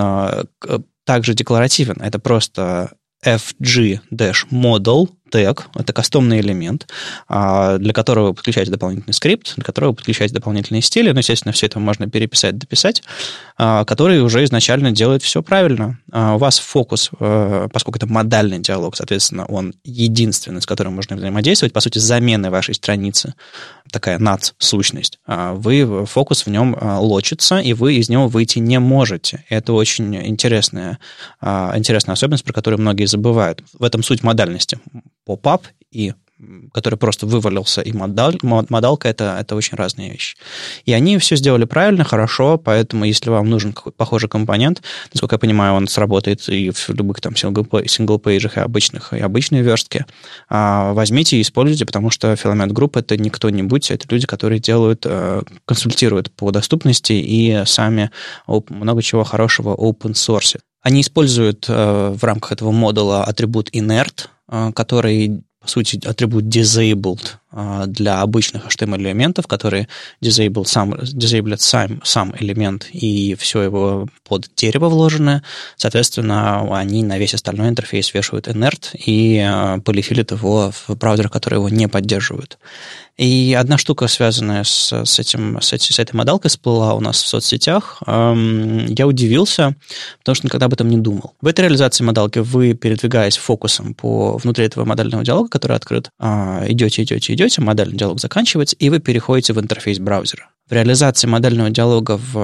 также декларативен. Это просто эф джи-model тег, это кастомный элемент, для которого вы подключаете дополнительный скрипт, для которого вы подключаете дополнительные стили, ну, естественно, все это можно переписать, дописать, который уже изначально делает все правильно. У вас фокус, поскольку это модальный диалог, соответственно, он единственный, с которым можно взаимодействовать, по сути, замены вашей страницы, такая над-сущность, вы, фокус в нем лочится, и вы из него выйти не можете. Это очень интересная, интересная особенность, про которую многие забывают. В этом суть модальности. Поп-ап, и, который просто вывалился, и модаль, модалка это, — это очень разные вещи. И они все сделали правильно, хорошо, поэтому если вам нужен какой-то похожий компонент, насколько я понимаю, он сработает и в любых там сингл-пейджах, и обычных, и обычной верстке, возьмите и используйте, потому что Filament Group — это не кто-нибудь, это люди, которые делают, консультируют по доступности и сами много чего хорошего open source. Они используют в рамках этого модуля атрибут inert, который, по сути, атрибут disabled для обычных эйч ти эм эль-элементов, которые disabled сам, disabled сам, сам элемент и все его под дерево вложенное. Соответственно, они на весь остальной интерфейс вешают inert и полифилят его в браузерах, которые его не поддерживают. И одна штука, связанная с, с, этим, с, эти, с этой модалкой, всплыла у нас в соцсетях. Эм, я удивился, потому что никогда об этом не думал. В этой реализации модалки вы, передвигаясь фокусом по внутри этого модального диалога, который открыт, э, идете, идете, идете, модальный диалог заканчивается, и вы переходите в интерфейс браузера. В реализации модального диалога в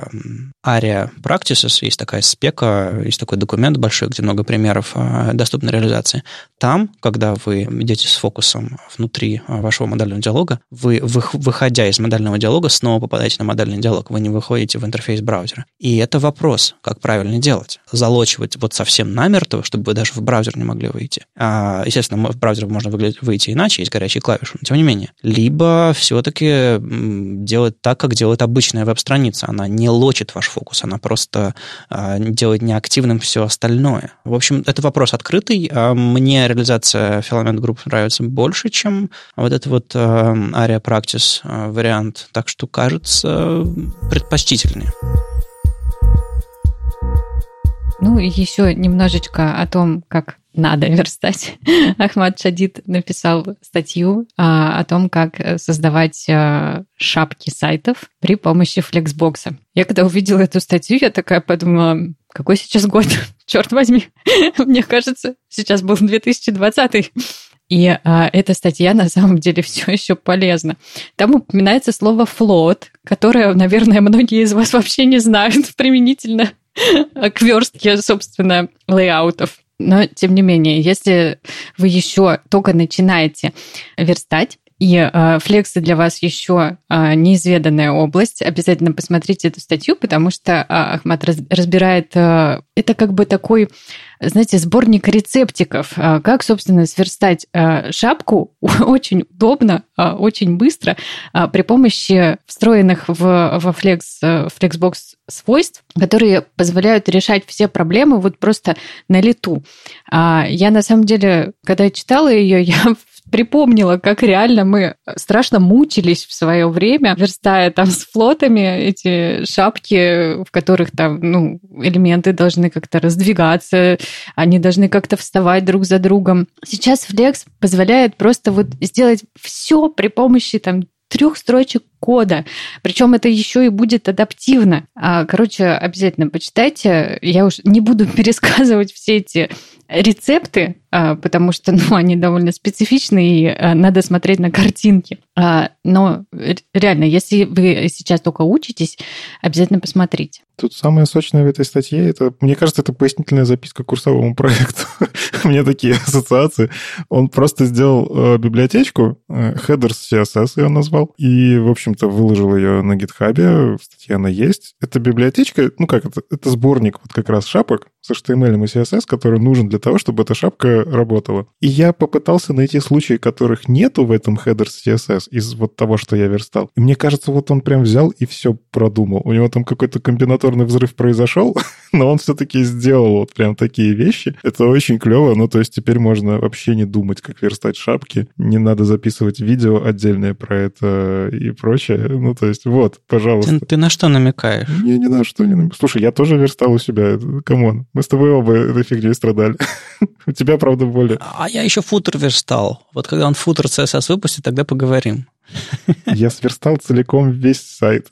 Aria Practices есть такая спека, есть такой документ большой, где много примеров доступной реализации. Там, когда вы идете с фокусом внутри вашего модального диалога, вы, выходя из модального диалога, снова попадаете на модальный диалог, вы не выходите в интерфейс браузера. И это вопрос, как правильно делать. Залочивать вот совсем намертво, чтобы вы даже в браузер не могли выйти. А, естественно, в браузер можно выйти иначе, есть горячие клавиши, но тем не менее. Либо все-таки делать так, как делает обычная веб-страница. Она не лочит ваш фокус, она просто э, делает неактивным все остальное. В общем, это вопрос открытый. Мне реализация Filament Group нравится больше, чем вот этот вот э, Aria Practice э, вариант. Так что, кажется, предпочтительнее. Ну, и еще немножечко о том, как надо верстать. Ахмад Шадид написал статью а, о том, как создавать а, шапки сайтов при помощи Flexbox. Я когда увидела эту статью, я такая подумала, какой сейчас год? Черт возьми. Мне кажется, сейчас был две тысячи двадцатый. И а, эта статья на самом деле все еще полезна. Там упоминается слово float, которое, наверное, многие из вас вообще не знают применительно к верстке, собственно, лейаутов. Но, тем не менее, если вы еще только начинаете верстать, и э, флексы для вас еще э, неизведанная область, обязательно посмотрите эту статью, потому что э, Ахмад раз, разбирает... Э, это как бы такой, знаете, сборник рецептиков, э, как, собственно, сверстать э, шапку очень удобно, э, очень быстро э, при помощи встроенных в, во Flex, э, Flexbox свойств, которые позволяют решать все проблемы вот просто на лету. Э, я, на самом деле, когда читала ее, я припомнила, как реально мы страшно мучились в свое время, верстая там с флотами эти шапки, в которых там, ну, элементы должны как-то раздвигаться, они должны как-то вставать друг за другом. Сейчас Flex позволяет просто вот сделать все при помощи там трех строчек кода. Причем это еще и будет адаптивно. Короче, обязательно почитайте. Я уж не буду пересказывать все эти рецепты, потому что ну, они довольно специфичны, и надо смотреть на картинки. Но реально, если вы сейчас только учитесь, обязательно посмотрите. Тут самое сочное в этой статье, это, мне кажется, это пояснительная записка к курсовому проекту. У меня такие ассоциации. Он просто сделал э, библиотечку, э, headers си эс эс ее назвал, и, в общем-то, выложил ее на GitHub, в статье она есть. Эта библиотечка, ну как это, это сборник вот как раз шапок с эйч ти эм эль и си эс эс, который нужен для того, чтобы эта шапка работала. И я попытался найти случаи, которых нету в этом headers си эс эс из вот того, что я верстал. И мне кажется, вот он прям взял и все продумал. У него там какой-то комбинаторный взрыв произошел, но он все-таки сделал вот прям такие вещи. Это очень клево. Ну, то есть теперь можно вообще не думать, как верстать шапки. Не надо записывать видео отдельное про это и прочее. Ну, то есть вот, пожалуйста. Ты, ты на что намекаешь? Не, не на что не намекаю. Слушай, я тоже верстал у себя. Камон. Мы с тобой оба этой фигней страдали. У тебя, правда, более. А я еще футер верстал. Вот когда он футер си эс эс выпустит, тогда поговорим. Я сверстал целиком весь сайт.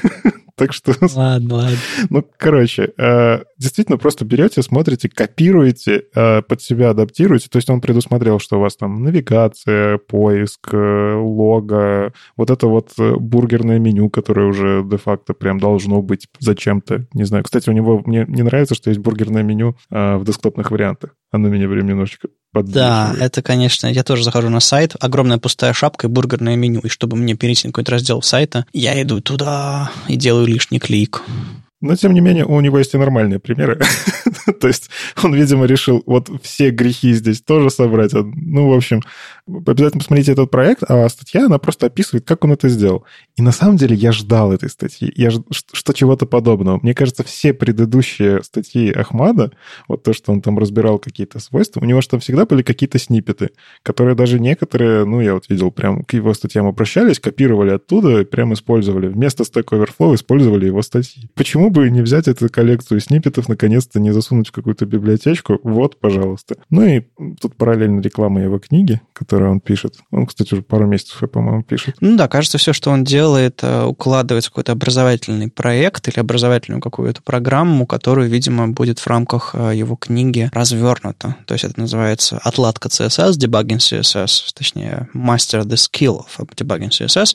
Так что... Ладно, ладно. Ну, короче, действительно просто берете, смотрите, копируете, под себя адаптируете. То есть он предусмотрел, что у вас там навигация, поиск, лого, вот это вот бургерное меню, которое уже де-факто прям должно быть зачем-то. Не знаю. Кстати, у него мне не нравится, что есть бургерное меню в десктопных вариантах. Оно меня прям немножечко Да, это, конечно, я тоже захожу на сайт, огромная пустая шапка и бургерное меню, и чтобы мне перейти на какой-то раздел сайта, я иду туда и делаю лишний клик. Но, тем не менее, у него есть и нормальные примеры. То есть он, видимо, решил вот все грехи здесь тоже собрать. Ну, в общем, обязательно посмотрите этот проект, а статья, она просто описывает, как он это сделал. И на самом деле я ждал этой статьи, я ж... что чего-то подобного. Мне кажется, все предыдущие статьи Ахмада, вот то, что он там разбирал какие-то свойства, у него же там всегда были какие-то сниппеты, которые даже некоторые, ну, я вот видел, прям к его статьям обращались, копировали оттуда и прям использовали. Вместо Stack Overflow использовали его статьи. Почему бы не взять эту коллекцию сниппетов, наконец-то не засунуть в какую-то библиотечку? Вот, пожалуйста. Ну и тут параллельно реклама его книги, которую он пишет. Он, кстати, уже пару месяцев, по-моему, пишет. Ну да, кажется, все, что он делает, укладывается в какой-то образовательный проект или образовательную какую-то программу, которую, видимо, будет в рамках его книги развернута. То есть это называется отладка си эс эс, debugging си эс эс, точнее, master the skill of debugging си эс эс.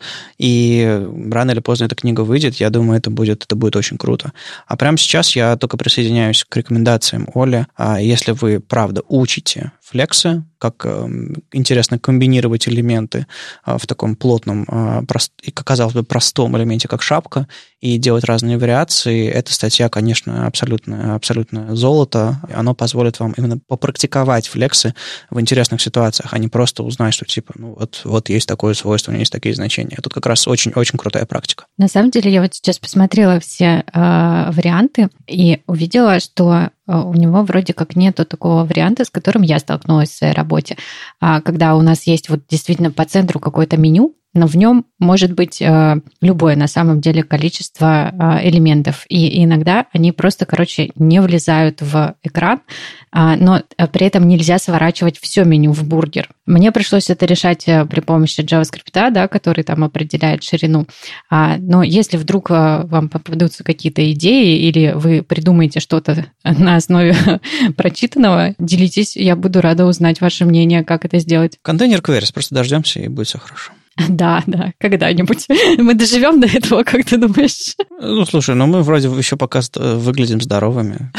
И рано или поздно эта книга выйдет. Я думаю, это будет, это будет очень круто. А прямо сейчас я только присоединяюсь к рекомендациям Оли. Если вы, правда, учите флексы, как э, интересно комбинировать элементы э, в таком плотном э, прост, и, казалось бы, простом элементе, как шапка, и делать разные вариации, эта статья, конечно, абсолютно, абсолютно золото. Оно позволит вам именно попрактиковать флексы в интересных ситуациях, а не просто узнать, что типа, ну вот, вот есть такое свойство, у него есть такие значения. Тут как раз очень-очень крутая практика. На самом деле, я вот сейчас посмотрела все э, варианты и увидела, что у него вроде как нету такого варианта, с которым я столкнулась в своей работе, когда у нас есть вот действительно по центру какое-то меню, но в нем может быть э, любое на самом деле количество э, элементов. И иногда они просто, короче, не влезают в экран, э, но при этом нельзя сворачивать все меню в бургер. Мне пришлось это решать при помощи JavaScript, да, который там определяет ширину. А, но если вдруг э, вам попадутся какие-то идеи или вы придумаете что-то на основе прочитанного, делитесь, я буду рада узнать ваше мнение, как это сделать. Контейнер queries, просто дождемся, и будет все хорошо. Да, да, когда-нибудь. Мы доживем до этого, как ты думаешь? Ну, слушай, ну мы вроде еще пока выглядим здоровыми.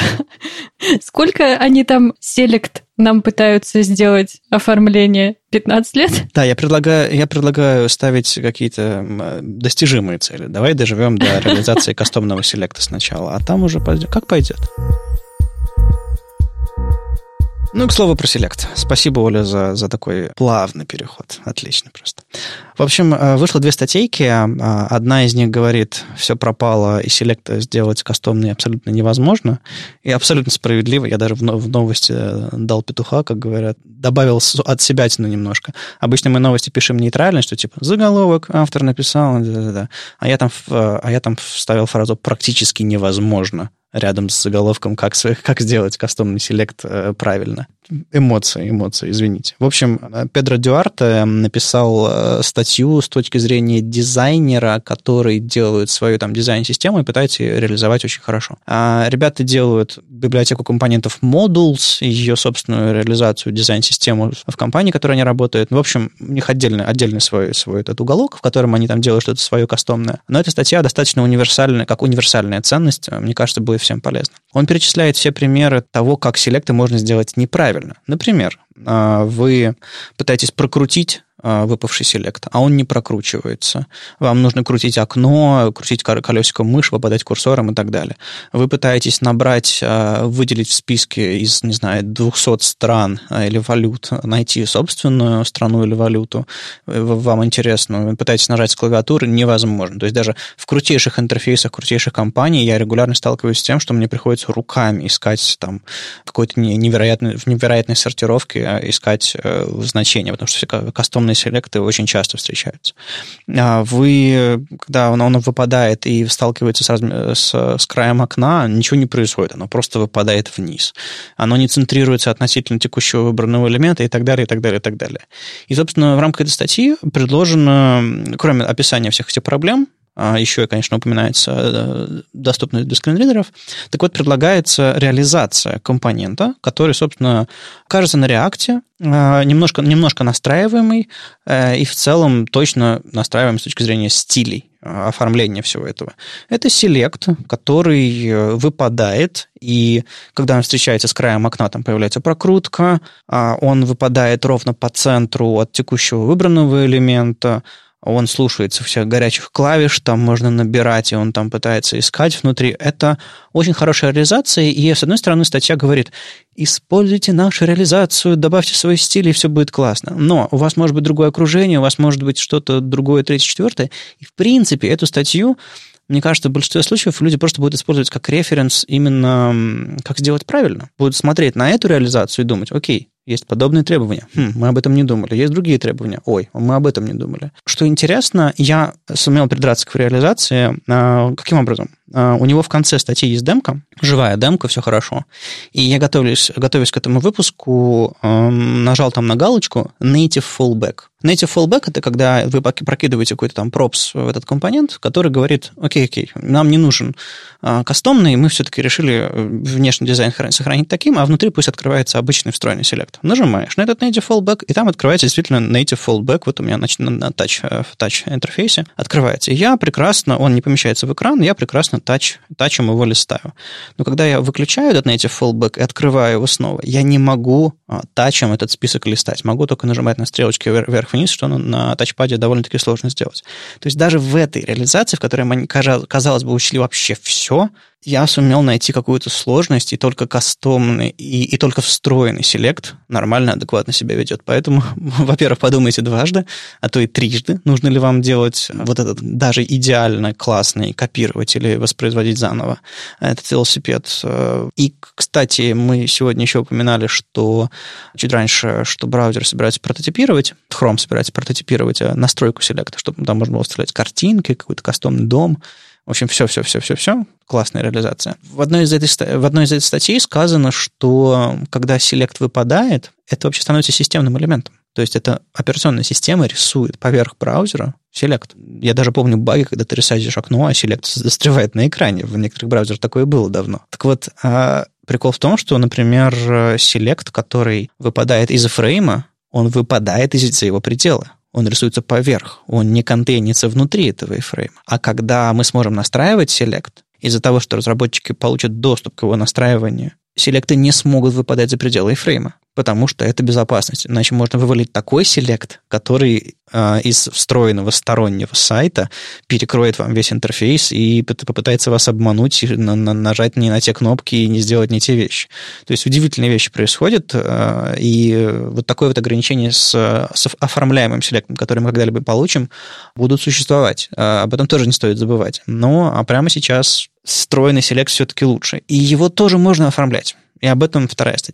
Сколько они там селект нам пытаются сделать оформление? пятнадцать лет? Да, я предлагаю, я предлагаю ставить какие-то достижимые цели. Давай доживем до реализации кастомного селекта сначала, а там уже пойдет. Как пойдет? Ну, к слову про селект. Спасибо, Оля, за, за такой плавный переход. Отлично просто. В общем, вышло две статейки. Одна из них говорит, все пропало, и селект сделать кастомный абсолютно невозможно. И абсолютно справедливо. Я даже в новости дал петуха, как говорят, добавил от себятину немножко. Обычно мы новости пишем нейтрально, что типа заголовок, автор написал, да-да-да. А я там, а я там вставил фразу «практически невозможно». рядом с заголовком «Как, как сделать кастомный селект правильно». Эмоции, эмоции, извините. В общем, Педро Дюарте написал статью с точки зрения дизайнера, который делает свою там дизайн-систему и пытается ее реализовать очень хорошо. А ребята делают библиотеку компонентов Modules, ее собственную реализацию, дизайн-систему в компании, в которой они работают. В общем, у них отдельный, отдельный свой, свой этот уголок, в котором они там делают что-то свое кастомное. Но эта статья достаточно универсальная, как универсальная ценность, мне кажется, будет всем полезно. Он перечисляет все примеры того, как селекты можно сделать неправильно. Например, вы пытаетесь прокрутить выпавший селект, а он не прокручивается. Вам нужно крутить окно, крутить колесико мыши, попадать курсором и так далее. Вы пытаетесь набрать, выделить в списке из, не знаю, двухсот стран или валют, найти собственную страну или валюту, вам интересную. Вы пытаетесь нажать с клавиатуры, невозможно. То есть даже в крутейших интерфейсах, крутейших компаний я регулярно сталкиваюсь с тем, что мне приходится руками искать там какой-то невероятной, в невероятной сортировке искать значения, потому что все кастомные селекты очень часто встречаются. Вы, когда он, он выпадает и сталкивается с, разми... с, с краем окна, ничего не происходит, оно просто выпадает вниз. Оно не центрируется относительно текущего выбранного элемента и так далее, и так далее, и так далее. И, собственно, в рамках этой статьи предложено, кроме описания всех этих проблем, еще, конечно, упоминается доступность для скринридеров. Так вот, предлагается реализация компонента, который, собственно, кажется на реакте, немножко, немножко настраиваемый и в целом точно настраиваем с точки зрения стилей оформления всего этого. Это селект, который выпадает, и когда он встречается с краем окна, там появляется прокрутка, он выпадает ровно по центру от текущего выбранного элемента, он слушается всех горячих клавиш, там можно набирать, и он там пытается искать внутри. Это очень хорошая реализация, и, с одной стороны, статья говорит, используйте нашу реализацию, добавьте свои стили, и все будет классно. Но у вас может быть другое окружение, у вас может быть что-то другое, третье, четвертое, и, в принципе, эту статью, мне кажется, в большинстве случаев люди просто будут использовать как референс именно как сделать правильно. Будут смотреть на эту реализацию и думать, окей, есть подобные требования. Хм, мы об этом не думали. Есть другие требования. Ой, мы об этом не думали. Что интересно, я сумел придраться к реализации. Каким образом? У него в конце статьи есть демка, живая демка, все хорошо. И я, готовлюсь, готовясь к этому выпуску, нажал там на галочку Native Fallback. Native Fallback – это когда вы прокидываете какой-то там пропс в этот компонент, который говорит, окей, окей, нам не нужен кастомный, мы все-таки решили внешний дизайн сохранить таким, а внутри пусть открывается обычный встроенный селект. Нажимаешь на этот Native Fallback, и там открывается действительно Native Fallback, вот у меня на, на touch, в touch-интерфейсе открывается. И я прекрасно, он не помещается в экран, я прекрасно тач, тачем его листаю. Но когда я выключаю этот Native Fallback и открываю его снова, я не могу тачем этот список листать. Могу только нажимать на стрелочки вверх-вниз, что на тачпаде довольно-таки сложно сделать. То есть даже в этой реализации, в которой мы, казалось бы, учли вообще все, я сумел найти какую-то сложность, и только кастомный, и, и только встроенный селект нормально, адекватно себя ведет. Поэтому, во-первых, подумайте дважды, а то и трижды, нужно ли вам делать вот этот даже идеально классный, копировать или воспроизводить заново этот велосипед. И, кстати, мы сегодня еще упоминали, что чуть раньше, что браузер собирается прототипировать, Chrome собирается прототипировать настройку селекта, чтобы там можно было вставлять картинки, какой-то кастомный дом. В общем, все-все-все-все-все. Классная реализация. В одной из этой, в одной из этих статей сказано, что когда селект выпадает, это вообще становится системным элементом. То есть это операционная система рисует поверх браузера селект. Я даже помню баги, когда ты ресайзишь окно, а селект застревает на экране. В некоторых браузерах такое было давно. Так вот, прикол в том, что, например, селект, который выпадает из фрейма, он выпадает из-за его предела. Он рисуется поверх, он не контейнится внутри этого iframe. А когда мы сможем настраивать селект, из-за того, что разработчики получат доступ к его настраиванию, селекты не смогут выпадать за пределы iframe, потому что это безопасность. Иначе можно вывалить такой селект, который э, из встроенного стороннего сайта перекроет вам весь интерфейс и попытается вас обмануть, и на, на, нажать не на те кнопки и не сделать не те вещи. То есть удивительные вещи происходят, э, и вот такое вот ограничение с, с оформляемым селектом, который мы когда-либо получим, будут существовать. Э, об этом тоже не стоит забывать. Но а прямо сейчас встроенный селект все-таки лучше. И его тоже можно оформлять. И об этом вторая статейка.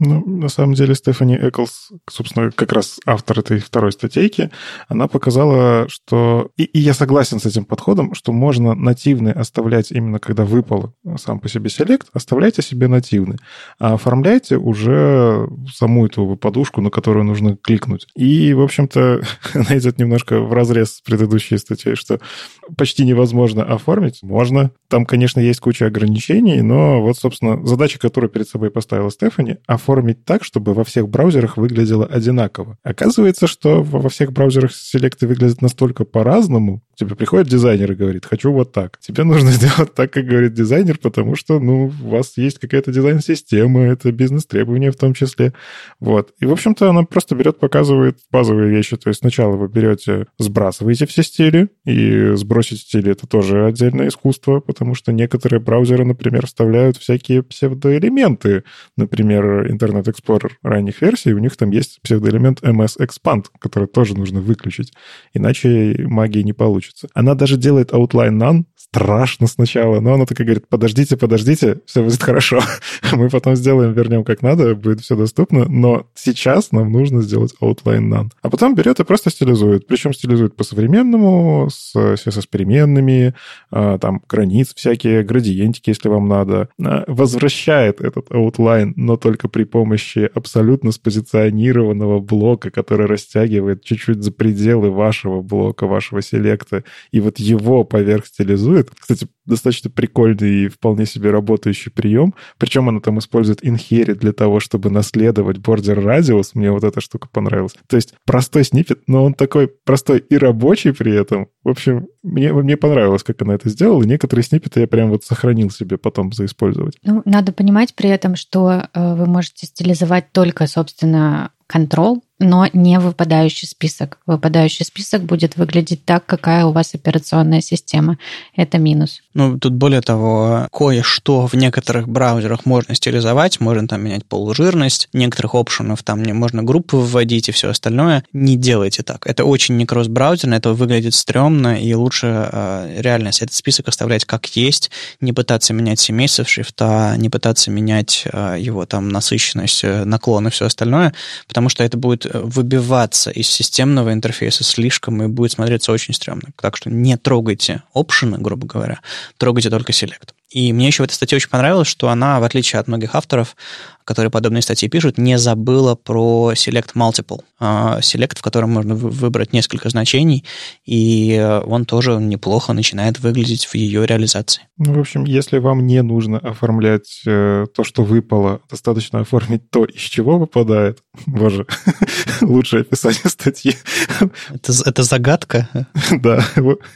Ну, на самом деле, Стефани Эклс, собственно, как раз автор этой второй статейки, она показала, что... И, и я согласен с этим подходом, что можно нативный оставлять именно когда выпал сам по себе селект, оставляйте себе нативный, а оформляйте уже саму эту подушку, на которую нужно кликнуть. И, в общем-то, она идет немножко вразрез с предыдущей статьей, что почти невозможно оформить. Можно. Там, конечно, есть куча ограничений, но вот, собственно, задача, которую перед собой поставила Стефани, оформить так, чтобы во всех браузерах выглядело одинаково. Оказывается, что во всех браузерах селекты выглядят настолько по-разному. Тебе приходит дизайнер и говорит, хочу вот так. Тебе нужно сделать так, как говорит дизайнер, потому что, ну, у вас есть какая-то дизайн-система, это бизнес-требования в том числе. Вот. И, в общем-то, она просто берет, показывает базовые вещи. То есть сначала вы берете, сбрасываете все стили, и сбросить стили — это тоже отдельное искусство, потому что некоторые браузеры, например, вставляют всякие псевдоэлементы. Например, Internet Explorer ранних версий, у них там есть псевдоэлемент эм эс Expand, который тоже нужно выключить, иначе магии не получится. Она даже делает outline none, страшно сначала, но она такая говорит, подождите, подождите, все будет хорошо. Мы потом сделаем, вернем как надо, будет все доступно, но сейчас нам нужно сделать outline none. А потом берет и просто стилизует. Причем стилизует по-современному, с си эс эс-переменными, там границ всякие, градиентики, если вам надо. Возвращает этот outline, но только при помощи абсолютно спозиционированного блока, который растягивает чуть-чуть за пределы вашего блока, вашего селекта, и вот его поверх стилизует. Кстати, достаточно прикольный и вполне себе работающий прием. Причем она там использует inherit для того, чтобы наследовать border radius. Мне вот эта штука понравилась. То есть простой сниппет, но он такой простой и рабочий при этом. В общем, мне, мне понравилось, как она это сделала. И некоторые сниппеты я прям вот сохранил себе потом заиспользовать. Ну, надо понимать при этом, что э, вы можете стилизовать только, собственно, control, но не выпадающий список. Выпадающий список будет выглядеть так, какая у вас операционная система. Это минус. Ну, тут более того, кое-что в некоторых браузерах можно стилизовать, можно там менять полужирность, некоторых опшенов там не можно группы вводить и все остальное. Не делайте так. Это очень не кросс-браузерно, это выглядит стрёмно, и лучше э, реально этот список оставлять как есть, не пытаться менять семейство шрифта, не пытаться менять э, его там насыщенность, наклон и все остальное, потому что это будет выбиваться из системного интерфейса слишком и будет смотреться очень стрёмно. Так что не трогайте опшены, грубо говоря, трогайте только Select. И мне еще в этой статье очень понравилось, что она, в отличие от многих авторов, которые подобные статьи пишут, не забыла про Select Multiple. Select, в котором можно выбрать несколько значений, и он тоже неплохо начинает выглядеть в ее реализации. Ну, в общем, если вам не нужно оформлять э, то, что выпало, достаточно оформить то, из чего выпадает. Боже, лучшее описание статьи. Это, это загадка? Да,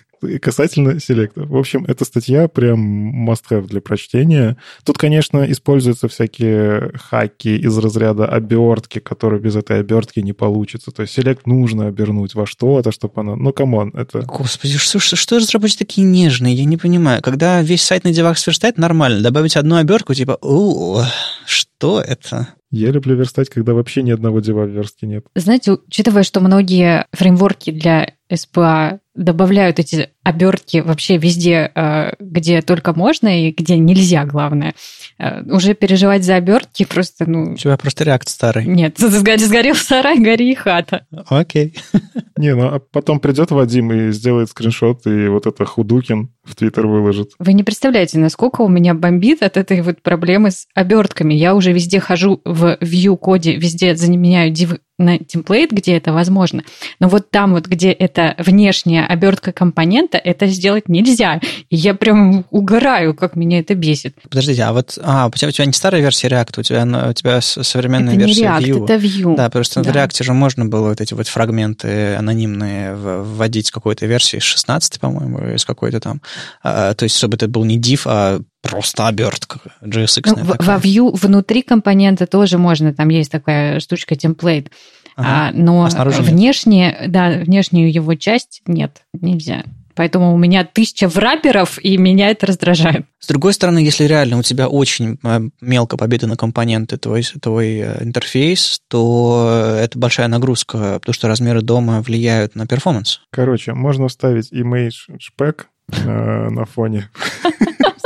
и касательно селекта. В общем, эта статья прям must-have для прочтения. Тут, конечно, используются всякие хаки из разряда обертки, которые без этой обертки не получится. То есть селект нужно обернуть во что-то, чтобы оно... Ну, камон, это... Господи, что, что, что разработчики такие нежные? Я не понимаю. Когда весь сайт на девах сверстает, нормально. Добавить одну обертку, типа, у что это? Я люблю верстать, когда вообще ни одного дива в верстке нет. Знаете, учитывая, что многие фреймворки для эс пи эй добавляют эти обертки вообще везде, где только можно и где нельзя, главное, уже переживать за обертки просто, ну... У тебя просто React старый. Нет, сгорел сарай, гори и хата. Окей. Не, ну а потом придет Вадим и сделает скриншот, и вот это Худукин в Твиттер выложит. Вы не представляете, насколько у меня бомбит от этой вот проблемы с обертками. Я уже везде хожу в Vue-коде, везде заменяю div на темплейт, где это возможно. Но вот там вот, где это внешняя обертка компонента, это сделать нельзя. И я прям угораю, как меня это бесит. Подождите, а вот а, у, тебя, у тебя не старая версия React, у тебя, у тебя современная это версия не React, Vue. Это Vue. Да, просто да. в React же можно было вот эти вот фрагменты анонимные вводить с какой-то версии, с шестнадцатой, по-моему, из какой-то там. А, то есть, чтобы это был не div, а просто обертка джей эс икс. Ну, во Vue внутри компонента тоже можно, там есть такая штучка темплейт. Ага. А, но а внешне, да, внешнюю его часть нет, нельзя. Поэтому у меня тысяча врапперов, и меня это раздражает. С другой стороны, если реально у тебя очень мелко побиты на компоненты твой, твой интерфейс, то это большая нагрузка, потому что размеры дома влияют на перформанс. Короче, можно вставить image spec э, на фоне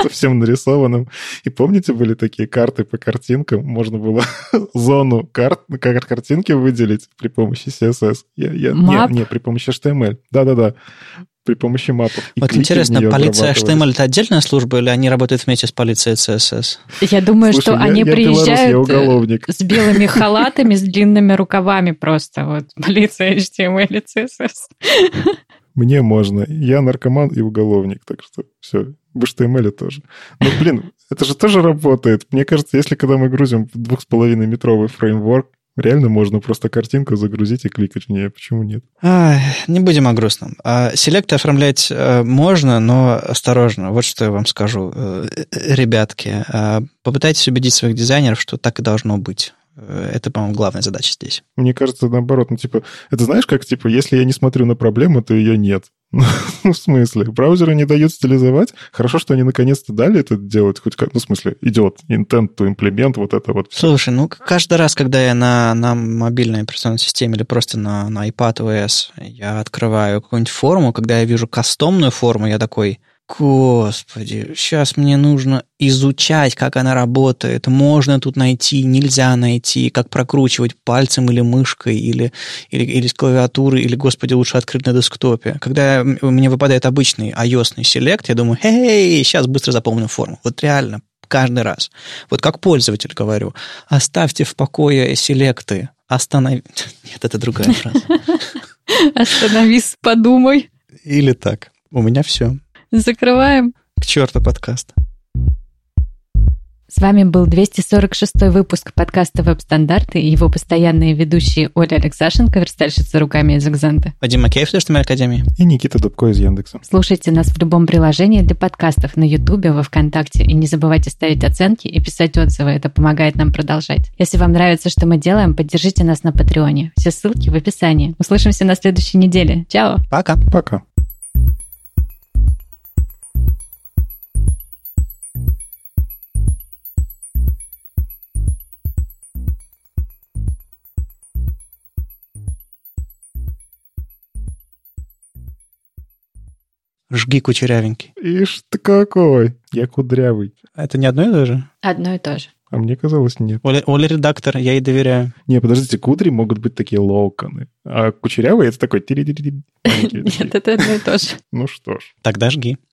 совсем нарисованным. И помните, были такие карты по картинкам? Можно было зону карт, как картинки выделить при помощи си эс эс. Я, я, не, не, при помощи эйч ти эм эль. Да-да-да. При помощи мапов. И вот интересно, полиция эйч ти эм эль это отдельная служба или они работают вместе с полицией си эс эс? Я думаю, Слушай, что я, они я приезжают белорус, с белыми халатами, с длинными рукавами просто. Вот полиция эйч ти эм эль и си эс эс. Мне можно. Я наркоман и уголовник, так что все. В эйч ти эм эль тоже. Ну, блин, это же тоже работает. Мне кажется, если когда мы грузим двух с половиной метровый фреймворк, реально можно просто картинку загрузить и кликать в нее. Почему нет? А, не будем о грустном. Селекты оформлять можно, но осторожно. Вот что я вам скажу. Ребятки, попытайтесь убедить своих дизайнеров, что так и должно быть. Это, по-моему, главная задача здесь. Мне кажется, наоборот, ну, типа, это знаешь, как, типа, если я не смотрю на проблему, то ее нет. Ну, в смысле, браузеры не дают стилизовать. Хорошо, что они наконец-то дали это делать, хоть как, ну, в смысле, идет intent to implement, вот это вот. Слушай, ну, каждый раз, когда я на, на мобильной операционной системе или просто на, на iPadOS я открываю какую-нибудь форму, когда я вижу кастомную форму, я такой... Господи, сейчас мне нужно изучать, как она работает. Можно тут найти, нельзя найти, как прокручивать пальцем или мышкой, или, или, или с клавиатуры, или, господи, лучше открыть на десктопе. Когда мне выпадает обычный iOS-ный селект, я думаю, эй, сейчас быстро запомню форму. Вот реально, каждый раз. Вот как пользователь говорю, оставьте в покое селекты, останови... Нет, это другая фраза. Остановись, подумай. Или так. У меня все. Закрываем. К черту подкаст. С вами был двести сорок шестой выпуск подкаста «Веб-стандарты» и его постоянные ведущие Оля Алексашенко, верстальщица руками из Экзанта. Вадим Макеев из эйч ти эм эль-академии. И Никита Дубко из Яндекса. Слушайте нас в любом приложении для подкастов на Ютубе, во Вконтакте. И не забывайте ставить оценки и писать отзывы. Это помогает нам продолжать. Если вам нравится, что мы делаем, поддержите нас на Патреоне. Все ссылки в описании. Услышимся на следующей неделе. Чао. Пока. Пока. Жги, кучерявенький. Ишь ты какой. Я кудрявый. Это не одно и то же? Одно и то же. А мне казалось, нет. Оля, Оля редактор, я ей доверяю. Не, подождите, кудри могут быть такие локоны. А кучерявый — это такой... Нет, это одно и то же. Ну что ж. Тогда жги.